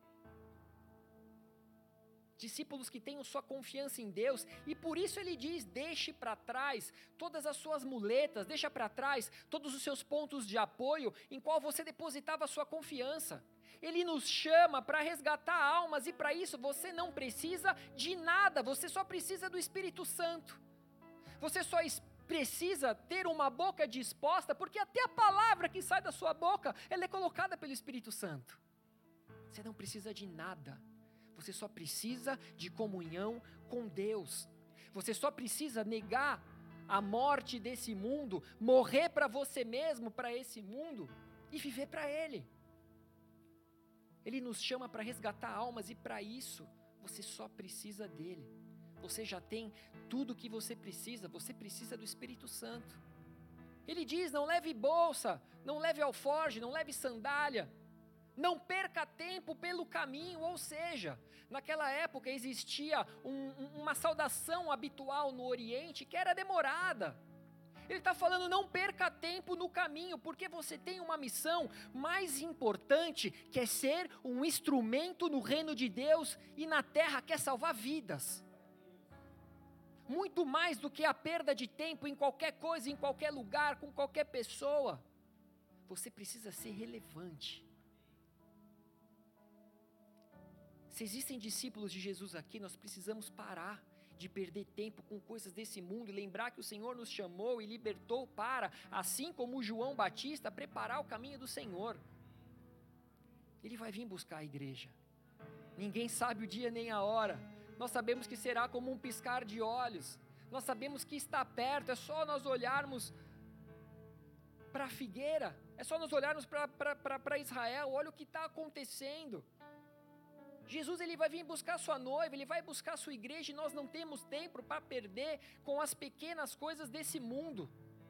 Discípulos que tenham sua confiança em Deus, e por isso Ele diz: deixe para trás todas as suas muletas, deixa para trás todos os seus pontos de apoio em qual você depositava a sua confiança. Ele nos chama para resgatar almas, e para isso você não precisa de nada, você só precisa do Espírito Santo. Você só precisa ter uma boca disposta, porque até a palavra que sai da sua boca, ela é colocada pelo Espírito Santo. Você não precisa de nada. Você só precisa de comunhão com Deus. Você só precisa negar a morte desse mundo, morrer para você mesmo, para esse mundo, e viver para Ele. Ele nos chama para resgatar almas, e para isso, você só precisa dEle. Você já tem tudo o que você precisa, você precisa do Espírito Santo. Ele diz: não leve bolsa, não leve alforje, não leve sandália. Não perca tempo pelo caminho, ou seja, naquela época existia um, uma saudação habitual no Oriente que era demorada. Ele está falando: não perca tempo no caminho, porque você tem uma missão mais importante, que é ser um instrumento no reino de Deus e na terra, que é salvar vidas. Muito mais do que a perda de tempo em qualquer coisa, em qualquer lugar, com qualquer pessoa. Você precisa ser relevante. Se existem discípulos de Jesus aqui, nós precisamos parar de perder tempo com coisas desse mundo e lembrar que o Senhor nos chamou e libertou para, assim como João Batista, preparar o caminho do Senhor. Ele vai vir buscar a igreja. Ninguém sabe o dia nem a hora. Nós sabemos que será como um piscar de olhos. Nós sabemos que está perto, é só nós olharmos para a figueira, é só nós olharmos para Israel. Olha o que está acontecendo. Jesus, Ele vai vir buscar sua noiva, Ele vai buscar sua igreja, e nós não temos tempo para perder com as pequenas coisas desse mundo.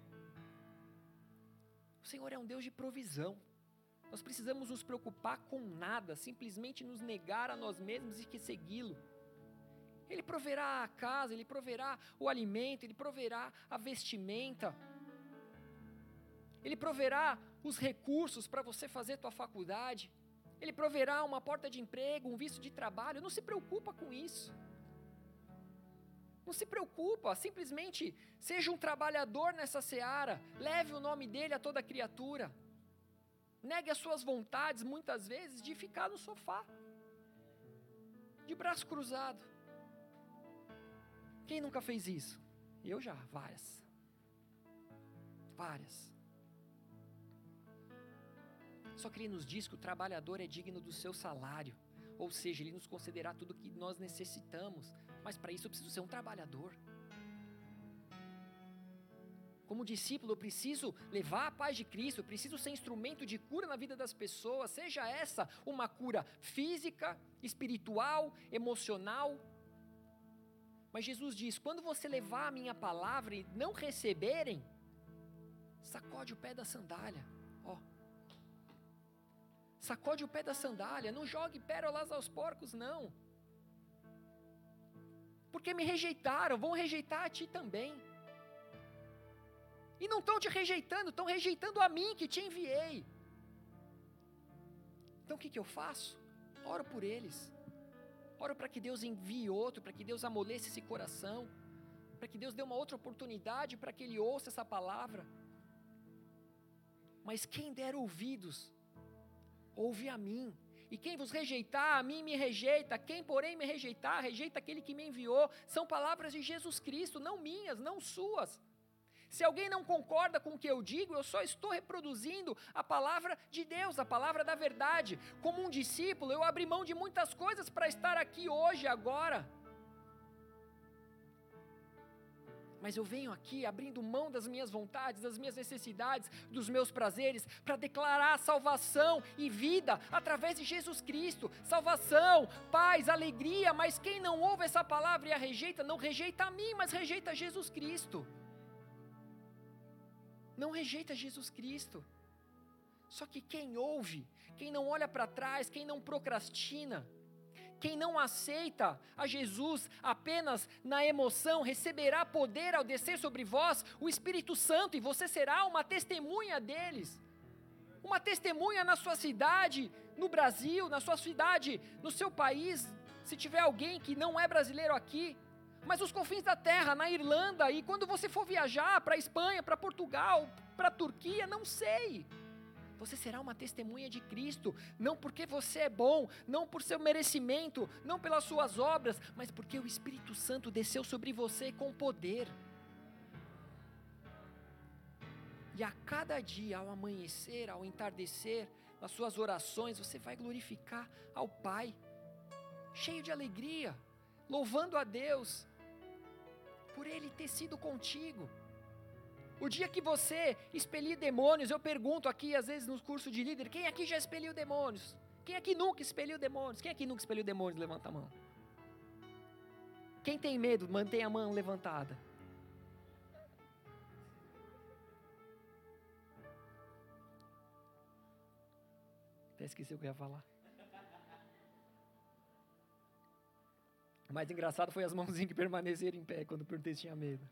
O Senhor é um Deus de provisão. Nós precisamos nos preocupar com nada, simplesmente nos negar a nós mesmos e que segui-lo. Ele proverá a casa, Ele proverá o alimento, Ele proverá a vestimenta. Ele proverá os recursos para você fazer tua faculdade. Ele proverá uma porta de emprego, um visto de trabalho. Não se preocupa com isso. Não se preocupa, simplesmente seja um trabalhador nessa seara. Leve o nome dele a toda criatura. Negue as suas vontades, muitas vezes, de ficar no sofá, de braço cruzado. Quem nunca fez isso? Eu já, várias. Várias. Só que ele nos diz que o trabalhador é digno do seu salário. Ou seja, ele nos concederá tudo o que nós necessitamos. Mas para isso eu preciso ser um trabalhador. Como discípulo, eu preciso levar a paz de Cristo, eu preciso ser instrumento de cura na vida das pessoas, seja essa uma cura física, espiritual, emocional. Mas Jesus diz, quando você levar a minha palavra e não receberem, sacode o pé da sandália, ó. Sacode o pé da sandália, não jogue pérolas aos porcos, não. Porque me rejeitaram, vão rejeitar a ti também. E não estão te rejeitando, estão rejeitando a mim que te enviei. Então o que, que eu faço? Oro por eles. Oro para que Deus envie outro, para que Deus amoleça esse coração, para que Deus dê uma outra oportunidade para que ele ouça essa palavra. Mas quem der ouvidos, ouve a mim. E quem vos rejeitar, a mim me rejeita. Quem, porém, me rejeitar, rejeita aquele que me enviou. São palavras de Jesus Cristo, não minhas, não suas. Se alguém não concorda com o que eu digo, eu só estou reproduzindo a palavra de Deus, a palavra da verdade. Como um discípulo, eu abri mão de muitas coisas para estar aqui hoje, agora. Mas eu venho aqui abrindo mão das minhas vontades, das minhas necessidades, dos meus prazeres, para declarar salvação e vida através de Jesus Cristo. Salvação, paz, alegria, mas quem não ouve essa palavra e a rejeita, não rejeita a mim, mas rejeita Jesus Cristo. Não rejeita Jesus Cristo. Só que quem ouve, quem não olha para trás, quem não procrastina, quem não aceita a Jesus apenas na emoção, receberá poder ao descer sobre vós o Espírito Santo, e você será uma testemunha deles. Uma testemunha na sua cidade, no Brasil, na sua cidade, no seu país, se tiver alguém que não é brasileiro aqui, mas os confins da terra, na Irlanda, e quando você for viajar para a Espanha, para Portugal, para a Turquia, não sei. Você será uma testemunha de Cristo, não porque você é bom, não por seu merecimento, não pelas suas obras, mas porque o Espírito Santo desceu sobre você com poder. E a cada dia, ao amanhecer, ao entardecer, nas suas orações, você vai glorificar ao Pai, cheio de alegria, louvando a Deus, por Ele ter sido contigo. O dia que você expelir demônios, eu pergunto aqui, às vezes no curso de líder, quem aqui já expeliu demônios? Quem aqui nunca expeliu demônios? Quem aqui nunca expeliu demônios? Levanta a mão. Quem tem medo, mantém a mão levantada. Até esqueci o que eu ia falar. O mais engraçado foi as mãozinhas que permaneceram em pé quando perguntei se tinha medo.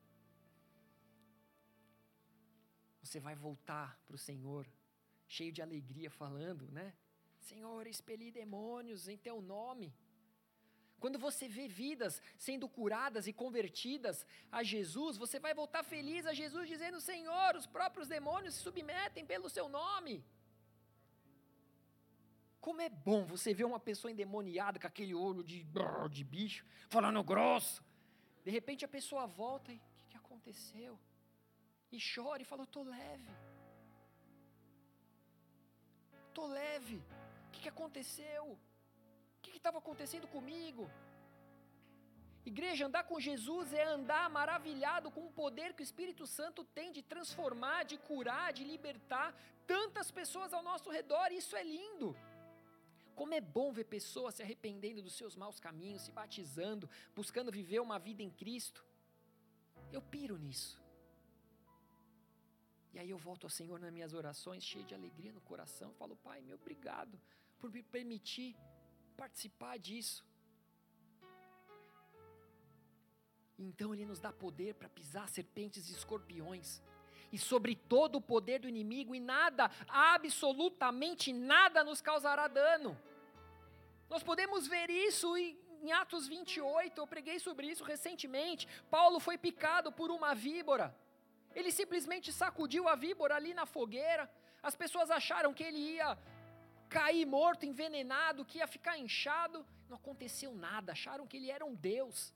Você vai voltar para o Senhor, cheio de alegria, falando, né? Senhor, expeli demônios em teu nome. Quando você vê vidas sendo curadas e convertidas a Jesus, você vai voltar feliz a Jesus, dizendo, Senhor, os próprios demônios se submetem pelo seu nome. Como é bom você ver uma pessoa endemoniada com aquele olho de, de bicho, falando grosso. De repente a pessoa volta e, o que, que aconteceu? E chora e fala, estou leve. Estou leve. O que, que aconteceu? O que estava acontecendo comigo? Igreja, andar com Jesus é andar maravilhado com o poder que o Espírito Santo tem de transformar, de curar, de libertar tantas pessoas ao nosso redor. Isso é lindo. Como é bom ver pessoas se arrependendo dos seus maus caminhos, se batizando, buscando viver uma vida em Cristo. Eu piro nisso. E aí eu volto ao Senhor nas minhas orações, cheio de alegria no coração, e falo, Pai, meu obrigado por me permitir participar disso. Então Ele nos dá poder para pisar serpentes e escorpiões. e sobre todo o poder do inimigo, e nada, absolutamente nada nos causará dano. Nós podemos ver isso em, em Atos vinte e oito, eu preguei sobre isso recentemente. Paulo foi picado por uma víbora, ele simplesmente sacudiu a víbora ali na fogueira, as pessoas acharam que ele ia cair morto, envenenado, que ia ficar inchado, não aconteceu nada, acharam que ele era um Deus.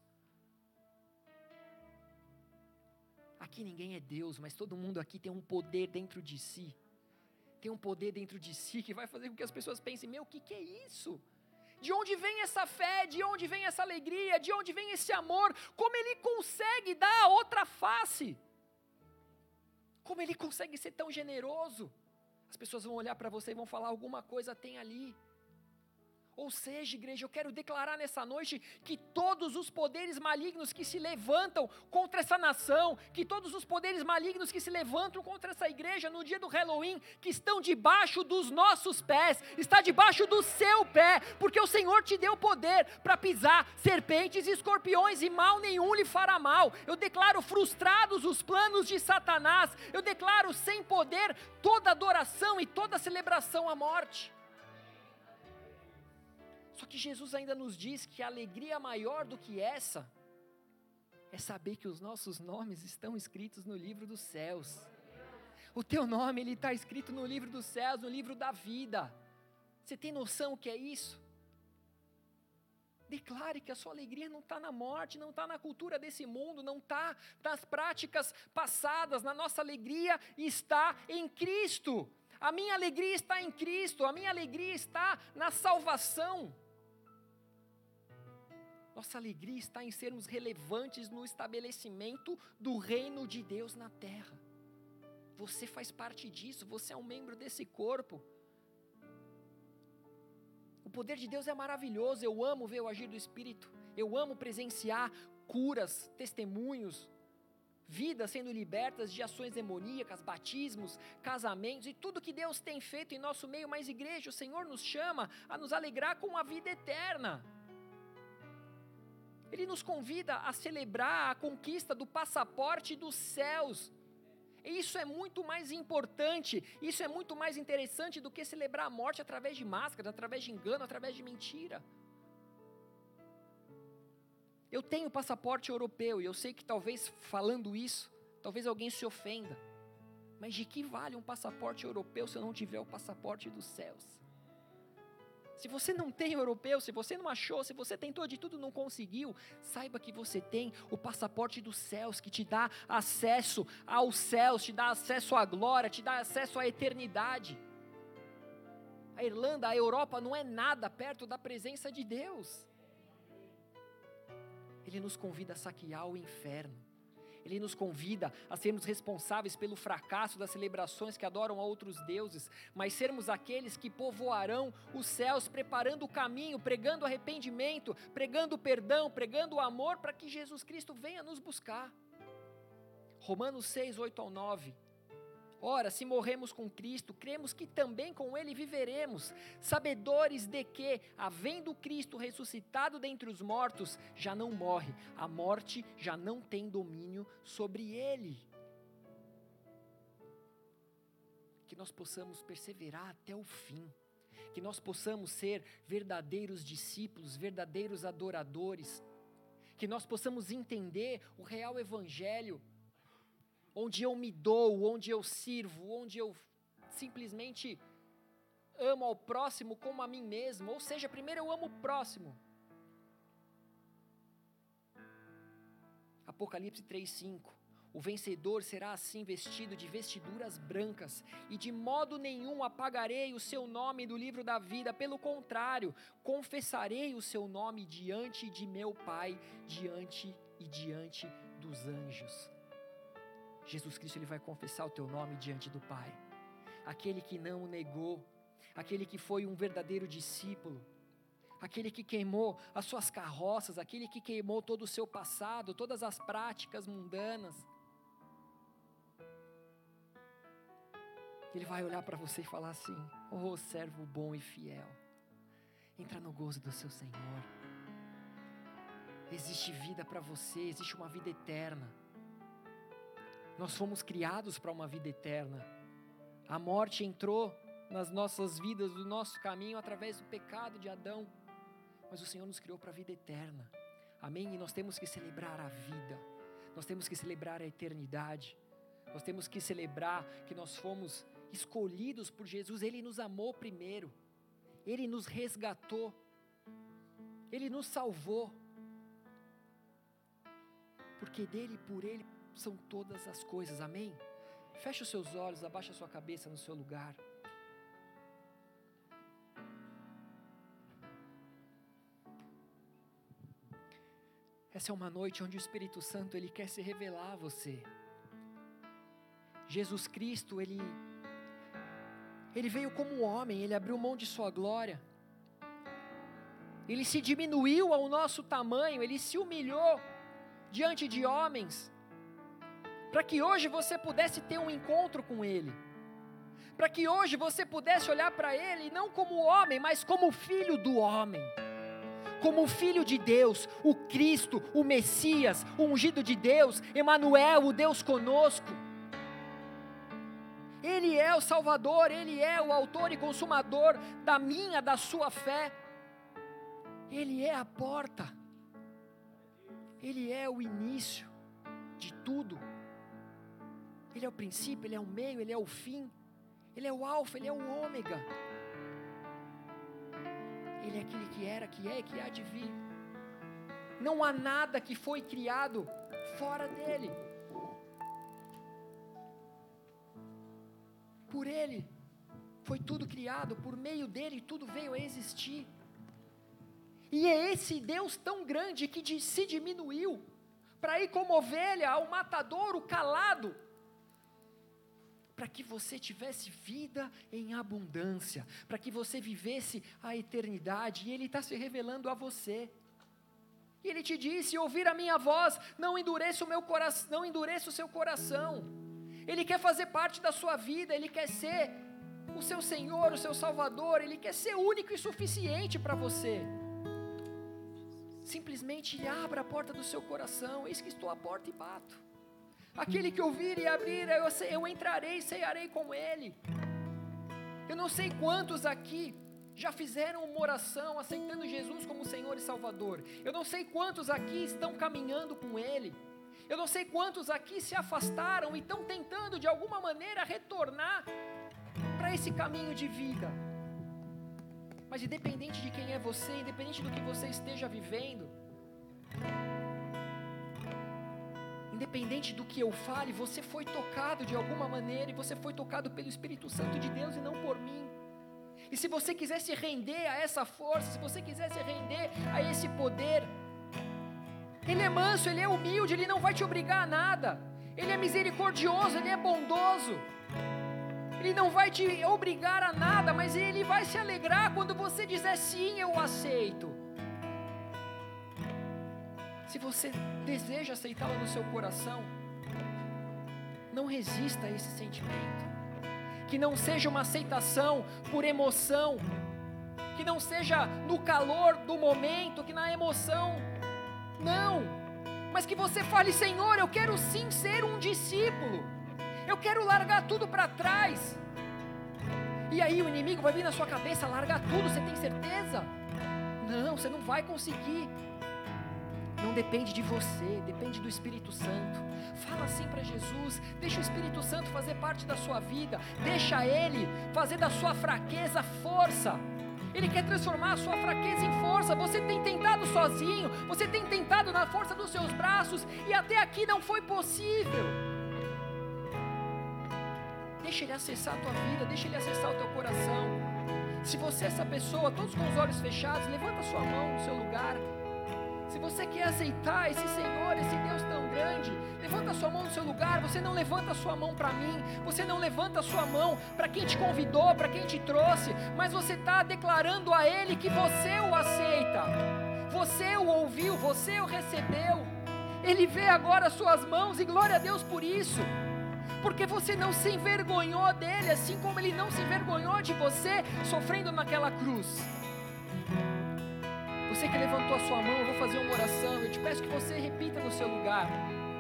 Aqui ninguém é Deus, mas todo mundo aqui tem um poder dentro de si, tem um poder dentro de si que vai fazer com que as pessoas pensem, meu, o que, que é isso? De onde vem essa fé, de onde vem essa alegria, de onde vem esse amor, como ele consegue dar a outra face, como ele consegue ser tão generoso? As pessoas vão olhar para você e vão falar, alguma coisa tem ali. Ou seja, igreja, eu quero declarar nessa noite que todos os poderes malignos que se levantam contra essa nação, que todos os poderes malignos que se levantam contra essa igreja no dia do Halloween, que estão debaixo dos nossos pés, está debaixo do seu pé, porque o Senhor te deu poder para pisar serpentes e escorpiões e mal nenhum lhe fará mal. Eu declaro frustrados os planos de Satanás, eu declaro sem poder toda adoração e toda celebração à morte. Só que Jesus ainda nos diz que a alegria maior do que essa é saber que os nossos nomes estão escritos no livro dos céus. O teu nome, ele está escrito no livro dos céus, no livro da vida. Você tem noção o que é isso? Declare que a sua alegria não está na morte, não está na cultura desse mundo, não está nas práticas passadas. Na nossa alegria está em Cristo. A minha alegria está em Cristo, a minha alegria está na salvação. Nossa alegria está em sermos relevantes no estabelecimento do reino de Deus na terra. Você faz parte disso, você é um membro desse corpo. O poder de Deus é maravilhoso, eu amo ver o agir do Espírito, eu amo presenciar curas, testemunhos, vidas sendo libertas de ações demoníacas, batismos, casamentos e tudo que Deus tem feito em nosso meio. Mas igreja, o Senhor nos chama a nos alegrar com a vida eterna. Ele nos convida a celebrar a conquista do passaporte dos céus. E isso é muito mais importante, isso é muito mais interessante do que celebrar a morte através de máscaras, através de engano, através de mentira. Eu tenho passaporte europeu e eu sei que talvez falando isso, talvez alguém se ofenda. Mas de que vale um passaporte europeu se eu não tiver o passaporte dos céus? Se você não tem europeu, se você não achou, se você tentou de tudo e não conseguiu, saiba que você tem o passaporte dos céus, que te dá acesso aos céus, te dá acesso à glória, te dá acesso à eternidade. A Irlanda, a Europa não é nada perto da presença de Deus. Ele nos convida a saquear o inferno. Ele nos convida a sermos responsáveis pelo fracasso das celebrações que adoram a outros deuses, mas sermos aqueles que povoarão os céus, preparando o caminho, pregando arrependimento, pregando perdão, pregando o amor, para que Jesus Cristo venha nos buscar. Romanos seis, oito ao nove. Ora, se morremos com Cristo, cremos que também com Ele viveremos, sabedores de que, havendo Cristo ressuscitado dentre os mortos, já não morre, a morte já não tem domínio sobre Ele. Que nós possamos perseverar até o fim, que nós possamos ser verdadeiros discípulos, verdadeiros adoradores, que nós possamos entender o real evangelho, onde eu me dou, onde eu sirvo, onde eu simplesmente amo ao próximo como a mim mesmo, ou seja, primeiro eu amo o próximo. Apocalipse três, cinco. O vencedor será assim vestido de vestiduras brancas, e de modo nenhum apagarei o seu nome do livro da vida, pelo contrário, confessarei o seu nome diante de meu Pai, diante e diante dos anjos. Jesus Cristo, Ele vai confessar o teu nome diante do Pai. Aquele que não o negou, aquele que foi um verdadeiro discípulo, aquele que queimou as suas carroças, aquele que queimou todo o seu passado, todas as práticas mundanas. Ele vai olhar para você e falar assim: oh, servo bom e fiel, entra no gozo do seu Senhor. Existe vida para você, existe uma vida eterna. Nós fomos criados para uma vida eterna. A morte entrou nas nossas vidas, do nosso caminho, através do pecado de Adão. Mas o Senhor nos criou para a vida eterna. Amém? E nós temos que celebrar a vida. Nós temos que celebrar a eternidade. Nós temos que celebrar que nós fomos escolhidos por Jesus. Ele nos amou primeiro. Ele nos resgatou. Ele nos salvou. Porque dele e por ele são todas as coisas. Amém? Feche os seus olhos, abaixa a sua cabeça no seu lugar. Essa é uma noite onde o Espírito Santo, ele quer se revelar a você. Jesus Cristo, ele, ele veio como homem, ele abriu mão de sua glória. Ele se diminuiu ao nosso tamanho, ele se humilhou diante de homens, para que hoje você pudesse ter um encontro com ele. Para que hoje você pudesse olhar para ele, não como homem, mas como filho do homem. Como o Filho de Deus, o Cristo, o Messias, o ungido de Deus, Emanuel, o Deus conosco. Ele é o Salvador, Ele é o autor e consumador da minha, da sua fé. Ele é a porta. Ele é o início de tudo. Ele é o princípio, Ele é o meio, Ele é o fim. Ele é o alfa, Ele é o ômega. Ele é aquele que era, que é e que há de vir. Não há nada que foi criado fora dele. Por ele foi tudo criado, por meio dele tudo veio a existir. E é esse Deus tão grande que de, se diminuiu para ir como ovelha ao matadouro calado, para que você tivesse vida em abundância, para que você vivesse a eternidade, e Ele está se revelando a você. E Ele te disse: ouvir a minha voz, não endureça o meu coração, não endureça o seu coração. Ele quer fazer parte da sua vida, Ele quer ser o seu Senhor, o seu Salvador, Ele quer ser único e suficiente para você. Simplesmente abra a porta do seu coração. Eis que estou à porta e bato. Aquele que ouvir e abrir, eu, eu entrarei e cearei com ele. Eu não sei quantos aqui já fizeram uma oração aceitando Jesus como Senhor e Salvador. Eu não sei quantos aqui estão caminhando com Ele. Eu não sei quantos aqui se afastaram e estão tentando de alguma maneira retornar para esse caminho de vida. Mas independente de quem é você, independente do que você esteja vivendo, independente do que eu fale, você foi tocado de alguma maneira, e você foi tocado pelo Espírito Santo de Deus e não por mim. E se você quiser se render a essa força, se você quiser se render a esse poder, Ele é manso, Ele é humilde, Ele não vai te obrigar a nada. Ele é misericordioso, Ele é bondoso. Ele não vai te obrigar a nada, mas Ele vai se alegrar quando você dizer sim, eu aceito. Se você deseja aceitá-lo no seu coração, não resista a esse sentimento. Que não seja uma aceitação por emoção, que não seja no calor do momento, que na emoção, não. Mas que você fale: Senhor, eu quero sim ser um discípulo. Eu quero largar tudo para trás. E aí o inimigo vai vir na sua cabeça: largar tudo, você tem certeza? Não, você não vai conseguir. Não depende de você, depende do Espírito Santo. Fala assim para Jesus, deixa o Espírito Santo fazer parte da sua vida, deixa Ele fazer da sua fraqueza força. Ele quer transformar a sua fraqueza em força. Você tem tentado sozinho, você tem tentado na força dos seus braços, e até aqui não foi possível. Deixa Ele acessar a tua vida, deixa Ele acessar o teu coração. Se você é essa pessoa, todos com os olhos fechados, levanta a sua mão no seu lugar. Se você quer aceitar esse Senhor, esse Deus tão grande, levanta a sua mão no seu lugar. Você não levanta a sua mão para mim, você não levanta a sua mão para quem te convidou, para quem te trouxe, mas você está declarando a Ele que você o aceita, você o ouviu, você o recebeu. Ele vê agora as suas mãos, e glória a Deus por isso, porque você não se envergonhou dele, assim como Ele não se envergonhou de você, sofrendo naquela cruz. Você que levantou a sua mão, eu vou fazer uma oração. Eu te peço que você repita no seu lugar: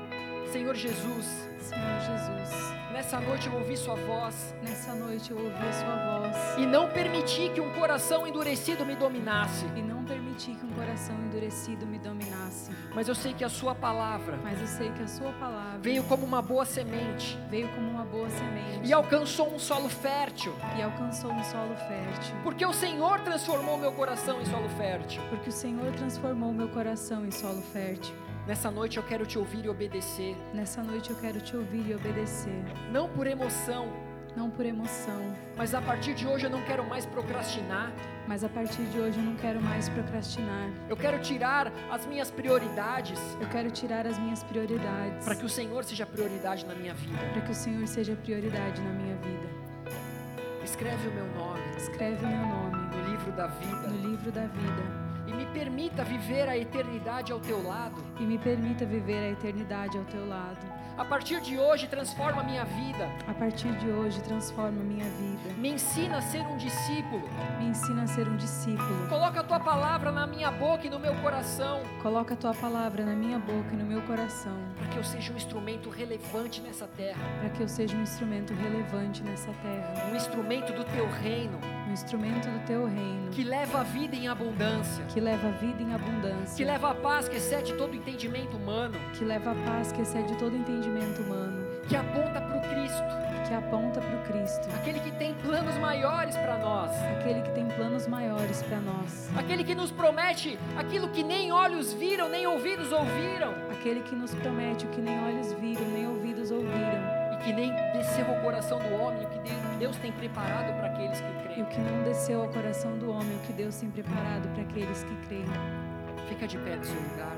Senhor Jesus,
Senhor Jesus,
nessa noite eu ouvi sua voz
nessa noite eu ouvi a sua voz
e não permiti que um coração endurecido me dominasse.
e não permiti que um coração endurecido me dominasse.
Mas eu sei que a sua palavra
Mas eu sei que a sua palavra
veio como uma boa semente
veio como uma boa semente
e alcançou um solo fértil,
e alcançou um solo fértil.
porque o Senhor transformou meu coração em solo fértil.
Porque o Senhor transformou meu coração em solo fértil.
Nessa noite eu quero te ouvir e obedecer,
Nessa noite eu quero te ouvir e obedecer,
não por emoção,
não por emoção,
mas a partir de hoje eu não quero mais procrastinar.
mas a partir de hoje eu não quero mais procrastinar.
Eu quero tirar as minhas prioridades
Eu quero tirar as minhas prioridades
para que o Senhor seja prioridade na minha vida.
para que o Senhor seja prioridade na minha vida.
Escreve o meu nome
Escreve o meu nome
no livro da vida
no livro da vida
e me permita viver a eternidade ao teu lado.
e me permita viver a eternidade ao teu lado.
A partir de hoje, transforma a minha vida.
A partir de hoje, transforma a minha vida.
Me ensina a ser um discípulo.
Me ensina a ser um discípulo.
Coloca a tua palavra na minha boca e no meu coração,
Coloca a tua palavra na minha boca e no meu coração,
para que eu seja um instrumento relevante nessa terra,
para que eu seja um instrumento relevante nessa terra,
um instrumento do teu reino,
um instrumento do teu reino,
que leva a vida em abundância,
que leva a vida em abundância,
que leva a paz que excede todo entendimento humano,
que leva a paz que excede todo entendimento humano,
que aponta para o Cristo,
que aponta para o Cristo,
aquele que tem planos maiores para nós,
aquele que tem planos maiores para nós,
aquele que nos promete aquilo que nem olhos viram, nem ouvidos ouviram,
aquele que nos promete o que nem olhos viram, nem ouvidos ouviram,
e que nem desceu ao coração do homem, o que Deus tem preparado para aqueles que
e
creem.
o que não desceu ao coração do homem, o que Deus tem preparado para aqueles que creem.
Fica de pé no seu lugar.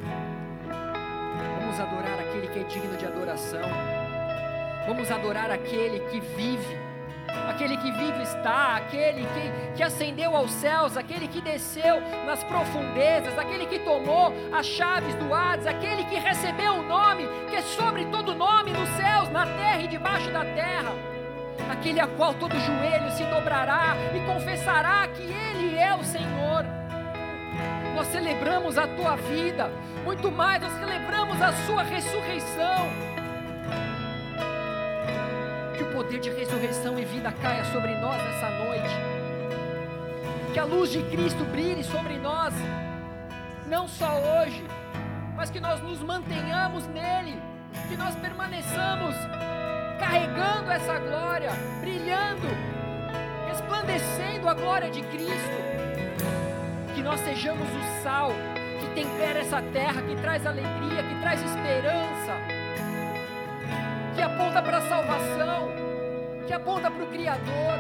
Vamos adorar aquele que é digno de adoração. Vamos adorar aquele que vive, aquele que vive está, aquele que, que ascendeu aos céus, aquele que desceu nas profundezas, aquele que tomou as chaves do Hades, aquele que recebeu o nome que é sobre todo nome nos céus, na terra e debaixo da terra, aquele a qual todo joelho se dobrará e confessará que Ele é o Senhor. Nós celebramos a tua vida, muito mais, nós celebramos a sua ressurreição. Que o poder de ressurreição e vida caia sobre nós nessa noite. Que a luz de Cristo brilhe sobre nós, não só hoje, mas que nós nos mantenhamos nele, que nós permaneçamos carregando essa glória, brilhando, resplandecendo a glória de Cristo. Que nós sejamos o sal que tempera essa terra, que traz alegria, que traz esperança, que aponta para a salvação, que aponta para o Criador,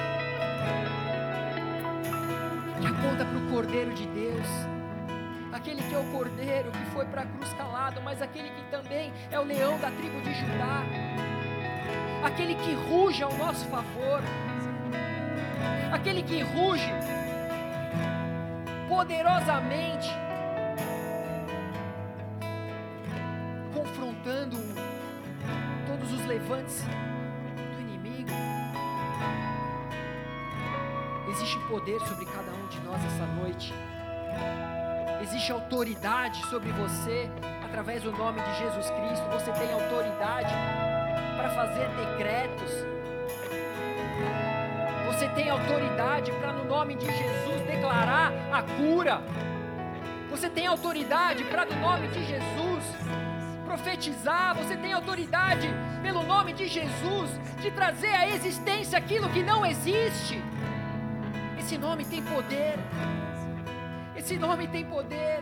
que aponta para o Cordeiro de Deus, aquele que é o Cordeiro que foi para a cruz calado, mas aquele que também é o leão da tribo de Judá, aquele que ruge ao nosso favor, aquele que ruge poderosamente, confrontando todos os levantes do inimigo. Existe poder sobre cada um de nós essa noite. Existe autoridade sobre você através do nome de Jesus Cristo. Você tem autoridade para fazer decretos. Você tem autoridade para, no nome de Jesus, declarar a cura. Você tem autoridade para, no nome de Jesus, profetizar. Você tem autoridade, pelo nome de Jesus, de trazer à existência aquilo que não existe. Esse nome tem poder. Esse nome tem poder.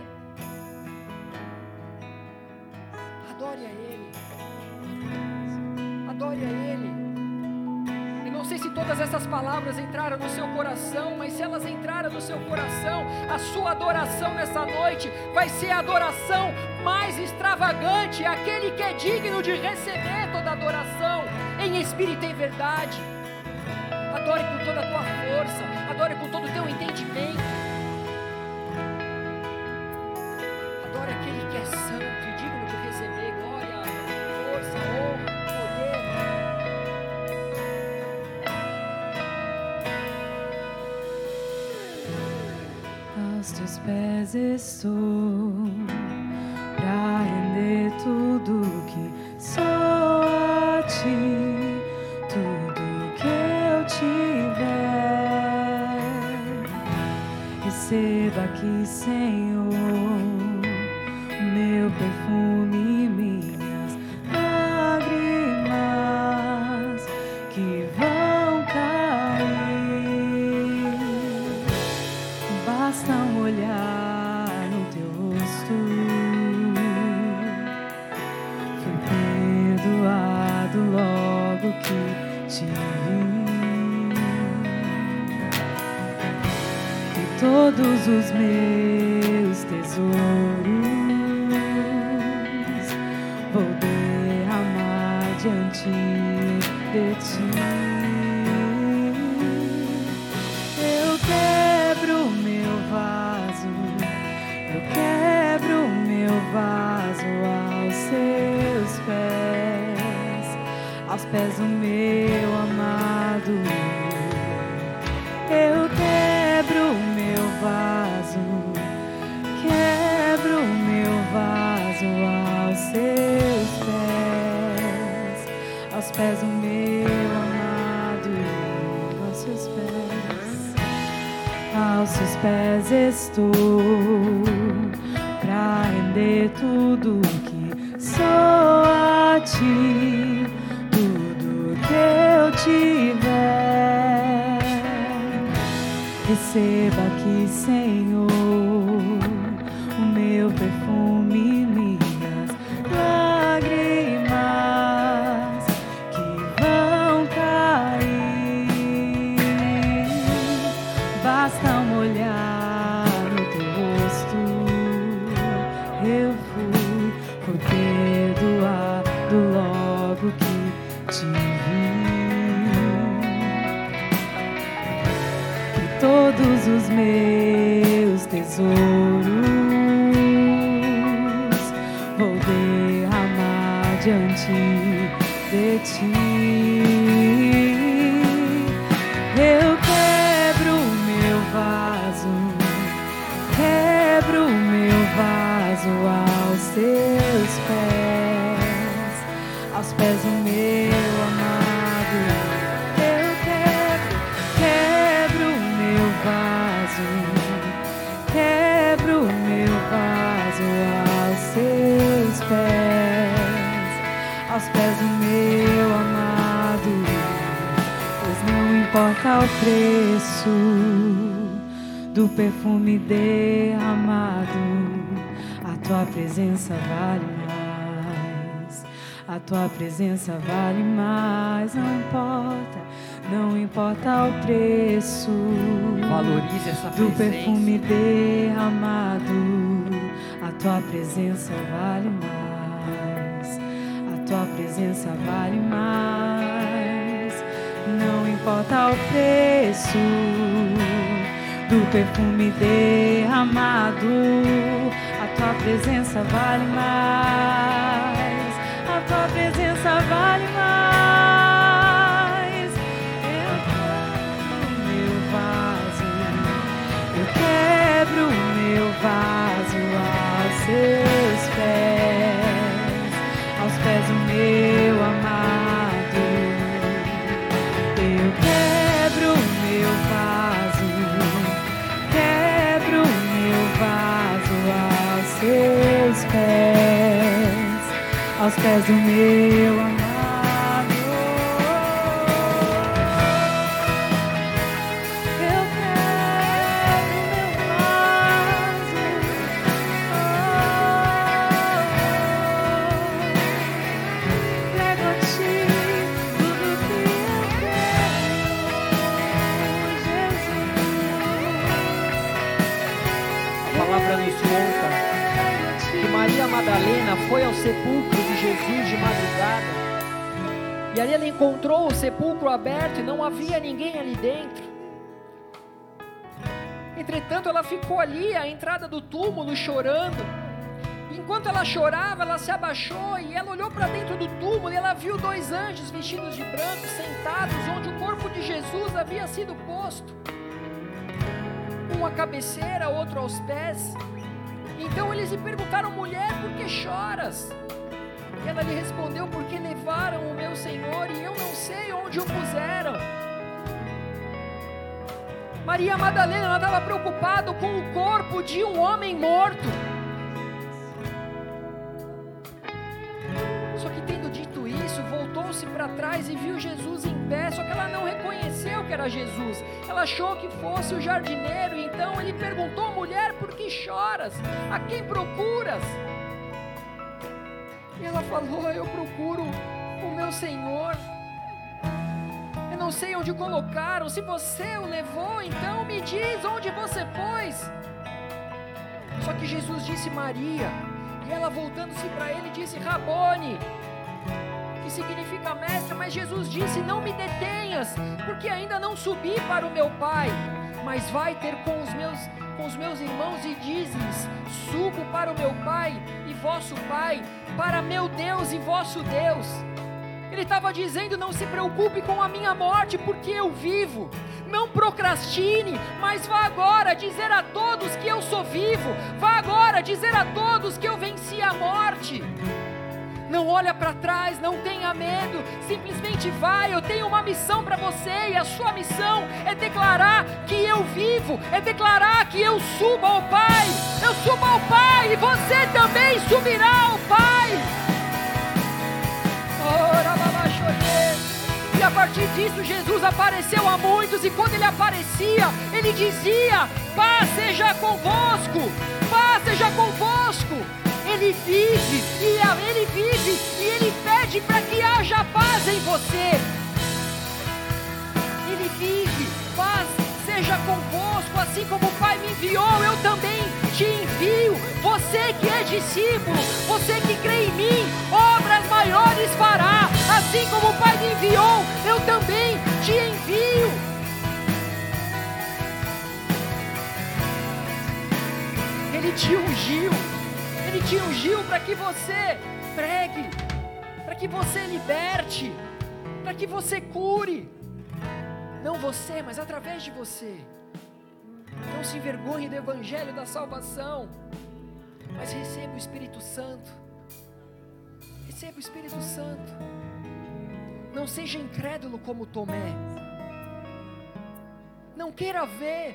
Adore a Ele. Adore a Ele. Não sei se todas essas palavras entraram no seu coração, mas se elas entraram no seu coração, a sua adoração nessa noite vai ser a adoração mais extravagante, aquele que é digno de receber toda a adoração, em espírito e em verdade. Adore com toda a tua força, adore com todo o teu entendimento, adore aquele que é santo e digno de receber glória, força, honra, poder.
Aos teus pés estou, pra render tudo que sou a ti, tudo que eu tiver. Receba aqui, Senhor, meu perfume e minhas lágrimas que vão cair. Basta um olhar no teu rosto, fui perdoado logo que te vi. E todos os meus tesouros vou derramar diante de ti. Eu quebro meu vaso, eu quebro meu vaso aos seus pés, aos pés do meu amado. Eu quebro meu vaso, quebro meu vaso aos seus pés, aos pés do meu amado, aos seus pés, aos seus pés estou, pra render tudo que sou a ti, tudo que eu tiver. Receba aqui, Senhor, o meu perfume e minhas lágrimas que vão cair. Basta um olhar no teu rosto, eu fui, fui perdoado logo que te vi. Todos os meus tesouros vou derramar diante de ti. Eu quebro meu vaso, quebro meu vaso aos seus pés, aos pés do meu amado. Eu quebro, quebro meu vaso, quebro meu vaso aos seus pés, aos pés do meu amado. Pois não importa o preço do perfume derramado, a tua presença vale mais, a tua presença vale mais. Não importa, não importa o preço,
Valorize essa
do
presença.
perfume derramado, a tua presença vale mais, a tua presença vale mais. Não importa o preço do perfume derramado, a tua presença vale mais, a tua presença vale mais. Eu quebro meu vaso, eu quebro meu vaso aos seus pés, aos pés do meu amado. Eu quebro meu vaso, quebro meu vaso aos seus pés, aos pés do meu amado. Eu quebro meu vaso, entrego a ti tudo que eu quero, Jesus.
A palavra nos conta que Maria Madalena foi ao sepulcro de Jesus de madrugada, e ali ela encontrou o sepulcro aberto e não havia ninguém ali dentro. Entretanto, ela ficou ali à entrada do túmulo chorando. Enquanto ela chorava, ela se abaixou e ela olhou para dentro do túmulo e ela viu dois anjos vestidos de branco sentados onde o corpo de Jesus havia sido posto, um à cabeceira, outro aos pés. Então eles lhe perguntaram: mulher, por que choras? E ela lhe respondeu: porque levaram o meu Senhor e eu não sei onde o puseram. Maria Madalena estava preocupada com o corpo de um homem morto. Só que tendo dito isso, voltou-se para trás e viu Jesus em pé, só que ela não reconheceu que era Jesus. Ela achou que fosse o jardineiro, e então ele perguntou: mulher, por que choras? A quem procuras? E ela falou: eu procuro o meu Senhor. Eu não sei onde o colocaram. Se você o levou, então me diz onde você pôs. Só que Jesus disse: Maria. E ela, voltando-se para ele, disse: Rabone, que significa mestre. Mas Jesus disse: não me detenhas, porque ainda não subi para o meu Pai, mas vai ter com os meus, com os meus irmãos e diz-lhes: subo para o meu Pai e vosso Pai, para meu Deus e vosso Deus. Ele estava dizendo: não se preocupe com a minha morte, porque eu vivo. Não procrastine, mas vá agora dizer a todos que eu sou vivo. Vá agora dizer a todos que eu venci a morte. Não olha para trás, não tenha medo, simplesmente vai. Eu tenho uma missão para você, e a sua missão é declarar que eu vivo, é declarar que eu subo ao Pai. Eu subo ao Pai e você também subirá ao Pai. E a partir disso Jesus apareceu a muitos, e quando ele aparecia, ele dizia: paz seja convosco, paz seja convosco. Ele vive, e ele vive, e ele pede para que haja paz em você. Ele vive, paz seja convosco, assim como o Pai me enviou, eu também te envio. Você que é discípulo, você que crê em mim, obras maiores fará. Assim como o Pai me enviou, eu também te envio. Ele te ungiu, Ele te ungiu para que você pregue, para que você liberte, para que você cure. Não você, mas através de você. Não se envergonhe do Evangelho da salvação, mas receba o Espírito Santo. Receba o Espírito Santo. Não seja incrédulo como Tomé. Não queira ver.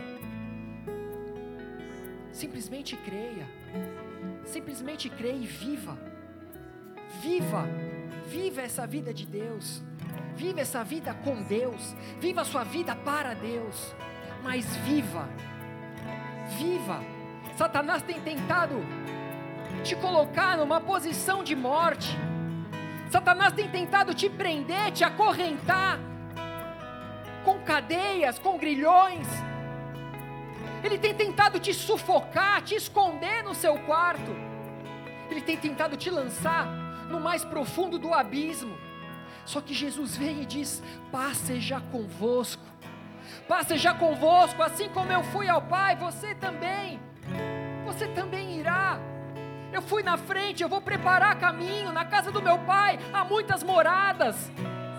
Simplesmente creia. Simplesmente creia e viva. Viva. Viva essa vida de Deus. Viva essa vida com Deus. Viva a sua vida para Deus. Mas viva. Viva. Satanás tem tentado te colocar numa posição de morte. Satanás tem tentado te prender, te acorrentar com cadeias, com grilhões. Ele tem tentado te sufocar, te esconder no seu quarto. Ele tem tentado te lançar no mais profundo do abismo. Só que Jesus vem e diz: paz seja convosco. Paz seja convosco, assim como eu fui ao Pai, você também. Você também irá. Eu fui na frente, eu vou preparar caminho. Na casa do meu Pai há muitas moradas.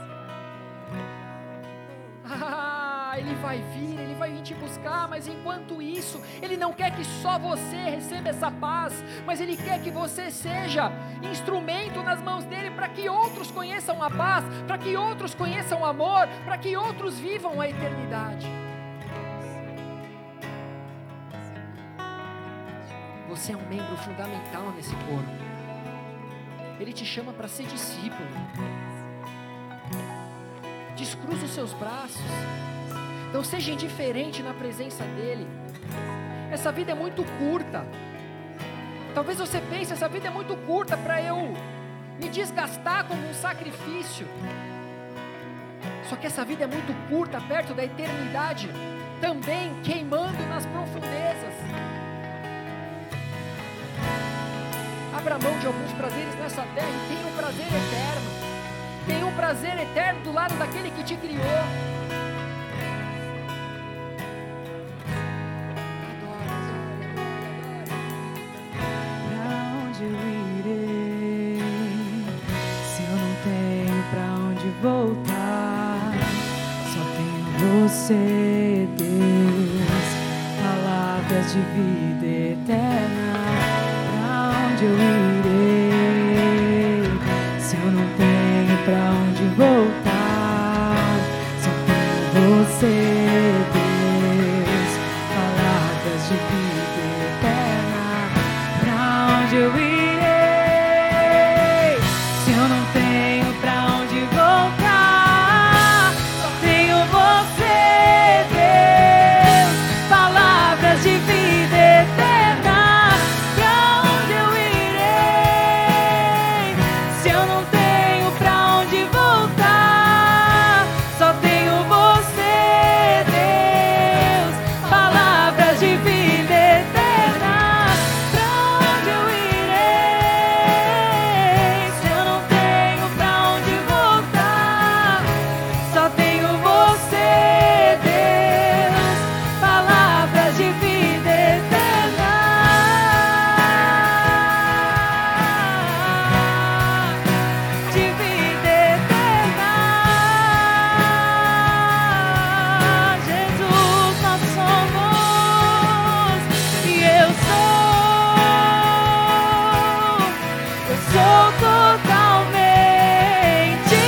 Ah, Ele vai vir, Ele vai vir te buscar. Mas enquanto isso, Ele não quer que só você receba essa paz, mas Ele quer que você seja instrumento nas mãos dEle, para que outros conheçam a paz, para que outros conheçam o amor, para que outros vivam a eternidade. Você é um membro fundamental nesse corpo. Ele te chama para ser discípulo. Descruza os seus braços. Não seja indiferente na presença dEle. Essa vida é muito curta. Talvez você pense: essa vida é muito curta para eu me desgastar como um sacrifício. Só que essa vida é muito curta perto da eternidade, também queimando nas profundezas. Abra mão de alguns prazeres nessa terra e tenha um prazer eterno. Tenha um prazer eterno do lado daquele que te criou. Adora, adora, adora.
Pra onde eu irei, se eu não tenho pra onde voltar? Só tenho você, Deus, palavras de vida eterna. onde eu irei? Se eu não tenho pra onde voltar, só tenho você, Deus. Palavras de vida eterna. Pra onde eu irei? Se eu não tenho pra onde voltar, só tenho você, Deus. Palavras de vida eterna. Pra onde eu irei? Se eu não tenho pra onde voltar, só tenho você, Deus. Palavras de vida eterna. Pra onde eu irei? Se eu não tenho pra onde voltar, só tenho você, Deus. Palavras de vida eterna. De vida eterna. Jesus, nós somos e eu sou. Eu sou totalmente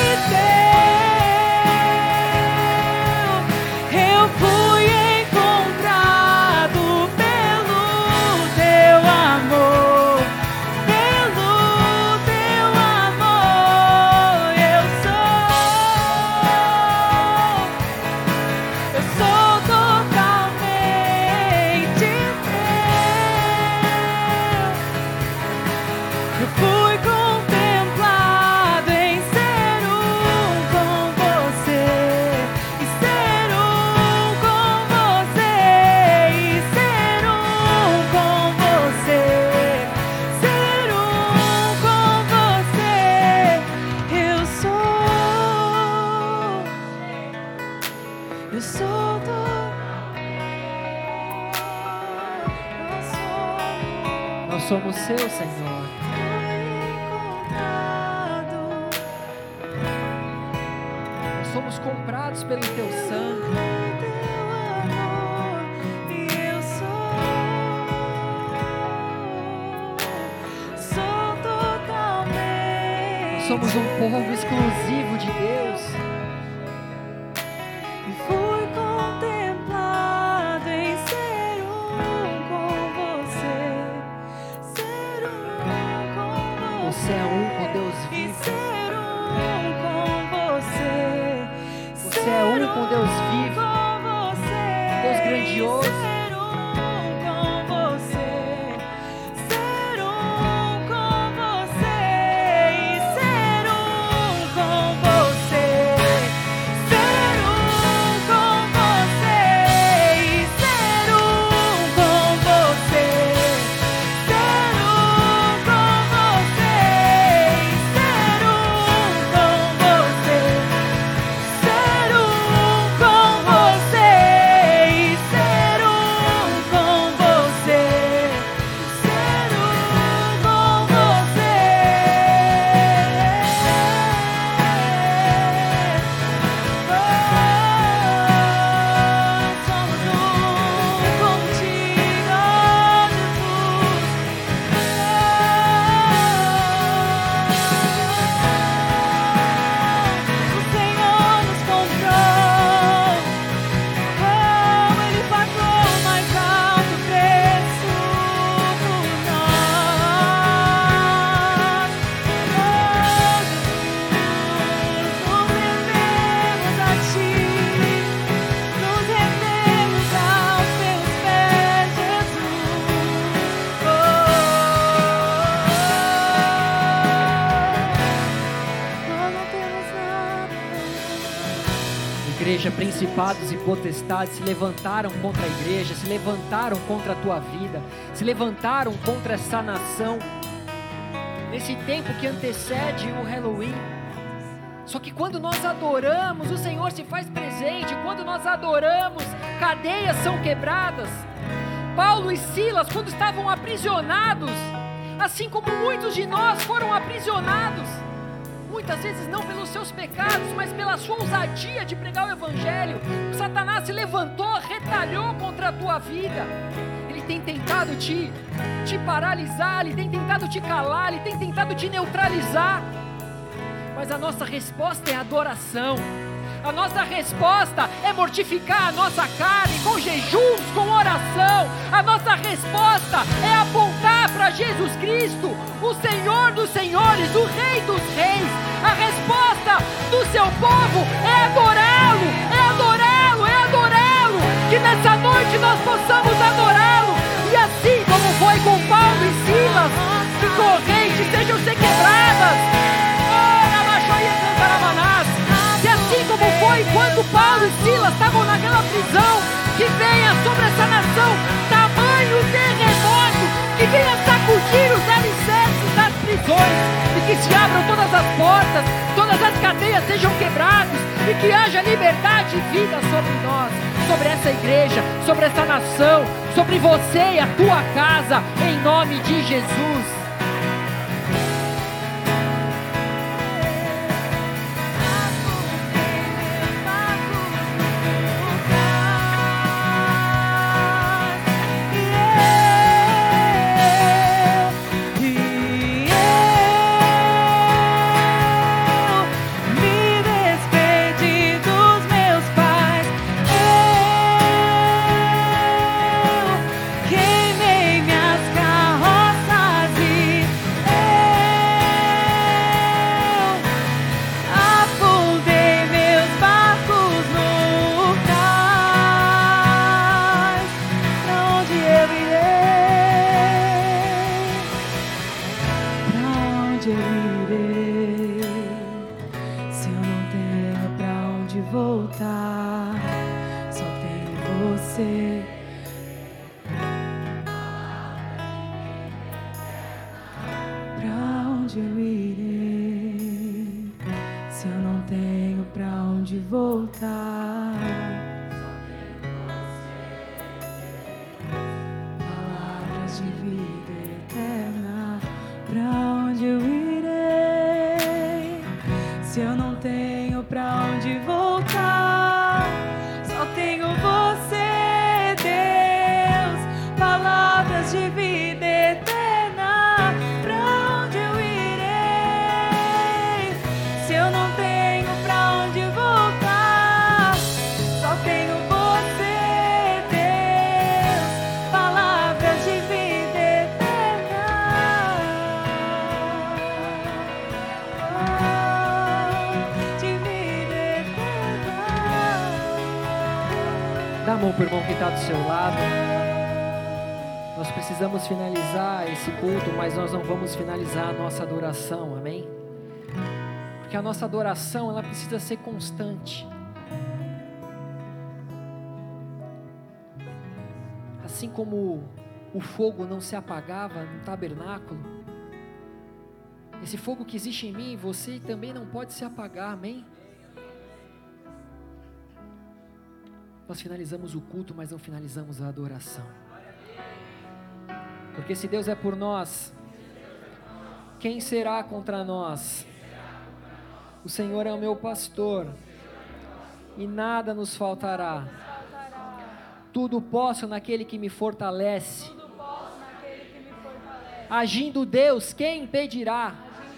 teu. Eu fui encontrado pelo teu amor, pelo teu amor. Eu sou, eu sou totalmente teu. Eu fui contemplado em ser um com você, e ser um com você, e ser um com você, ser um com você. Eu sou, eu sou totalmente.
Nós somos seus, Senhor. Nós somos comprados pelo teu sangue. Nós somos um povo exclusivo de Deus.
E fui contemplado em ser um com você, ser um com você.
Você é um com Deus
E
vivo.
ser um com você.
Você é um com Deus vivo. Deus grandioso.
Ser um com você. Ser um com você. E ser um com você. Ser um com você. E ser um com você. Ser um com você. E ser um com você. Ser um com você e ser um com você, ser um com você. Oh, somos um contigo, Jesus. O Senhor nos comprou. Oh, Ele pagou o mais alto preço por nós. Oh, Jesus, nos rendemos a Ti, nos rendemos aos Teus pés, Jesus. Oh, nós não temos nada.
Igreja, principados e potestades se levantaram contra a igreja, se levantaram contra a tua vida, se levantaram contra essa nação, nesse tempo que antecede o Halloween. Só que quando nós adoramos, o Senhor se faz presente. Quando nós adoramos, cadeias são quebradas. Paulo e Silas, quando estavam aprisionados, assim como muitos de nós foram aprisionados, muitas vezes não pelos seus pecados, mas pela sua ousadia de pregar o Evangelho, Satanás se levantou, retalhou contra a tua vida. Ele tem tentado te, te paralisar, ele tem tentado te calar, ele tem tentado te neutralizar. Mas a nossa resposta é adoração. A nossa resposta é mortificar a nossa carne com jejuns, com oração. A nossa resposta é apontar para Jesus Cristo, o Senhor dos senhores, o Rei dos reis. A resposta do seu povo é adorá-lo, é adorá-lo, é adorá-lo. Que nessa noite nós possamos adorá-lo. E assim como foi com Paulo e Silas, que correntes sejam ser quebradas. E assim como foi quando Paulo e Silas estavam naquela prisão, que venha sobre essa nação tamanho terremoto, que venha sacudir os alicerces das prisões, e que se abram todas as portas, todas as cadeias sejam quebradas, e que haja liberdade e vida sobre nós, sobre essa igreja, sobre essa nação, sobre você e a tua casa, em nome de Jesus. Dá a mão para o irmão que está do seu lado. Nós precisamos finalizar esse culto, mas nós não vamos finalizar a nossa adoração, amém? Porque a nossa adoração, ela precisa ser constante. Assim como o fogo não se apagava no tabernáculo, esse fogo que existe em mim e você também não pode se apagar, amém? Nós finalizamos o culto, mas não finalizamos a adoração. Porque se Deus é por nós, quem será contra nós? O Senhor é o meu pastor, e nada nos faltará. Tudo posso naquele que me fortalece. Agindo Deus, quem impedirá?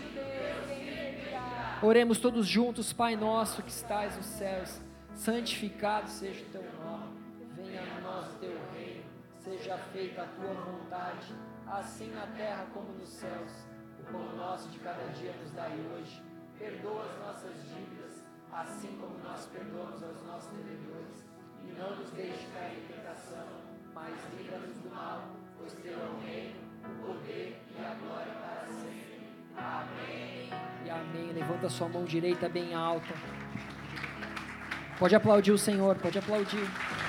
Oremos todos juntos. Pai nosso que estais nos céus, santificado seja o teu nome, venha a nós o teu reino, seja feita a tua vontade, assim na terra como nos céus. O pão nosso de cada dia nos dai hoje, perdoa as nossas dívidas, assim como nós perdoamos aos nossos devedores, e não nos deixe cair em tentação, mas livra-nos do mal, pois teu é o reino, o poder e a glória para sempre. Amém. E amém. Levanta a sua mão direita bem alta. Pode aplaudir o Senhor, pode aplaudir.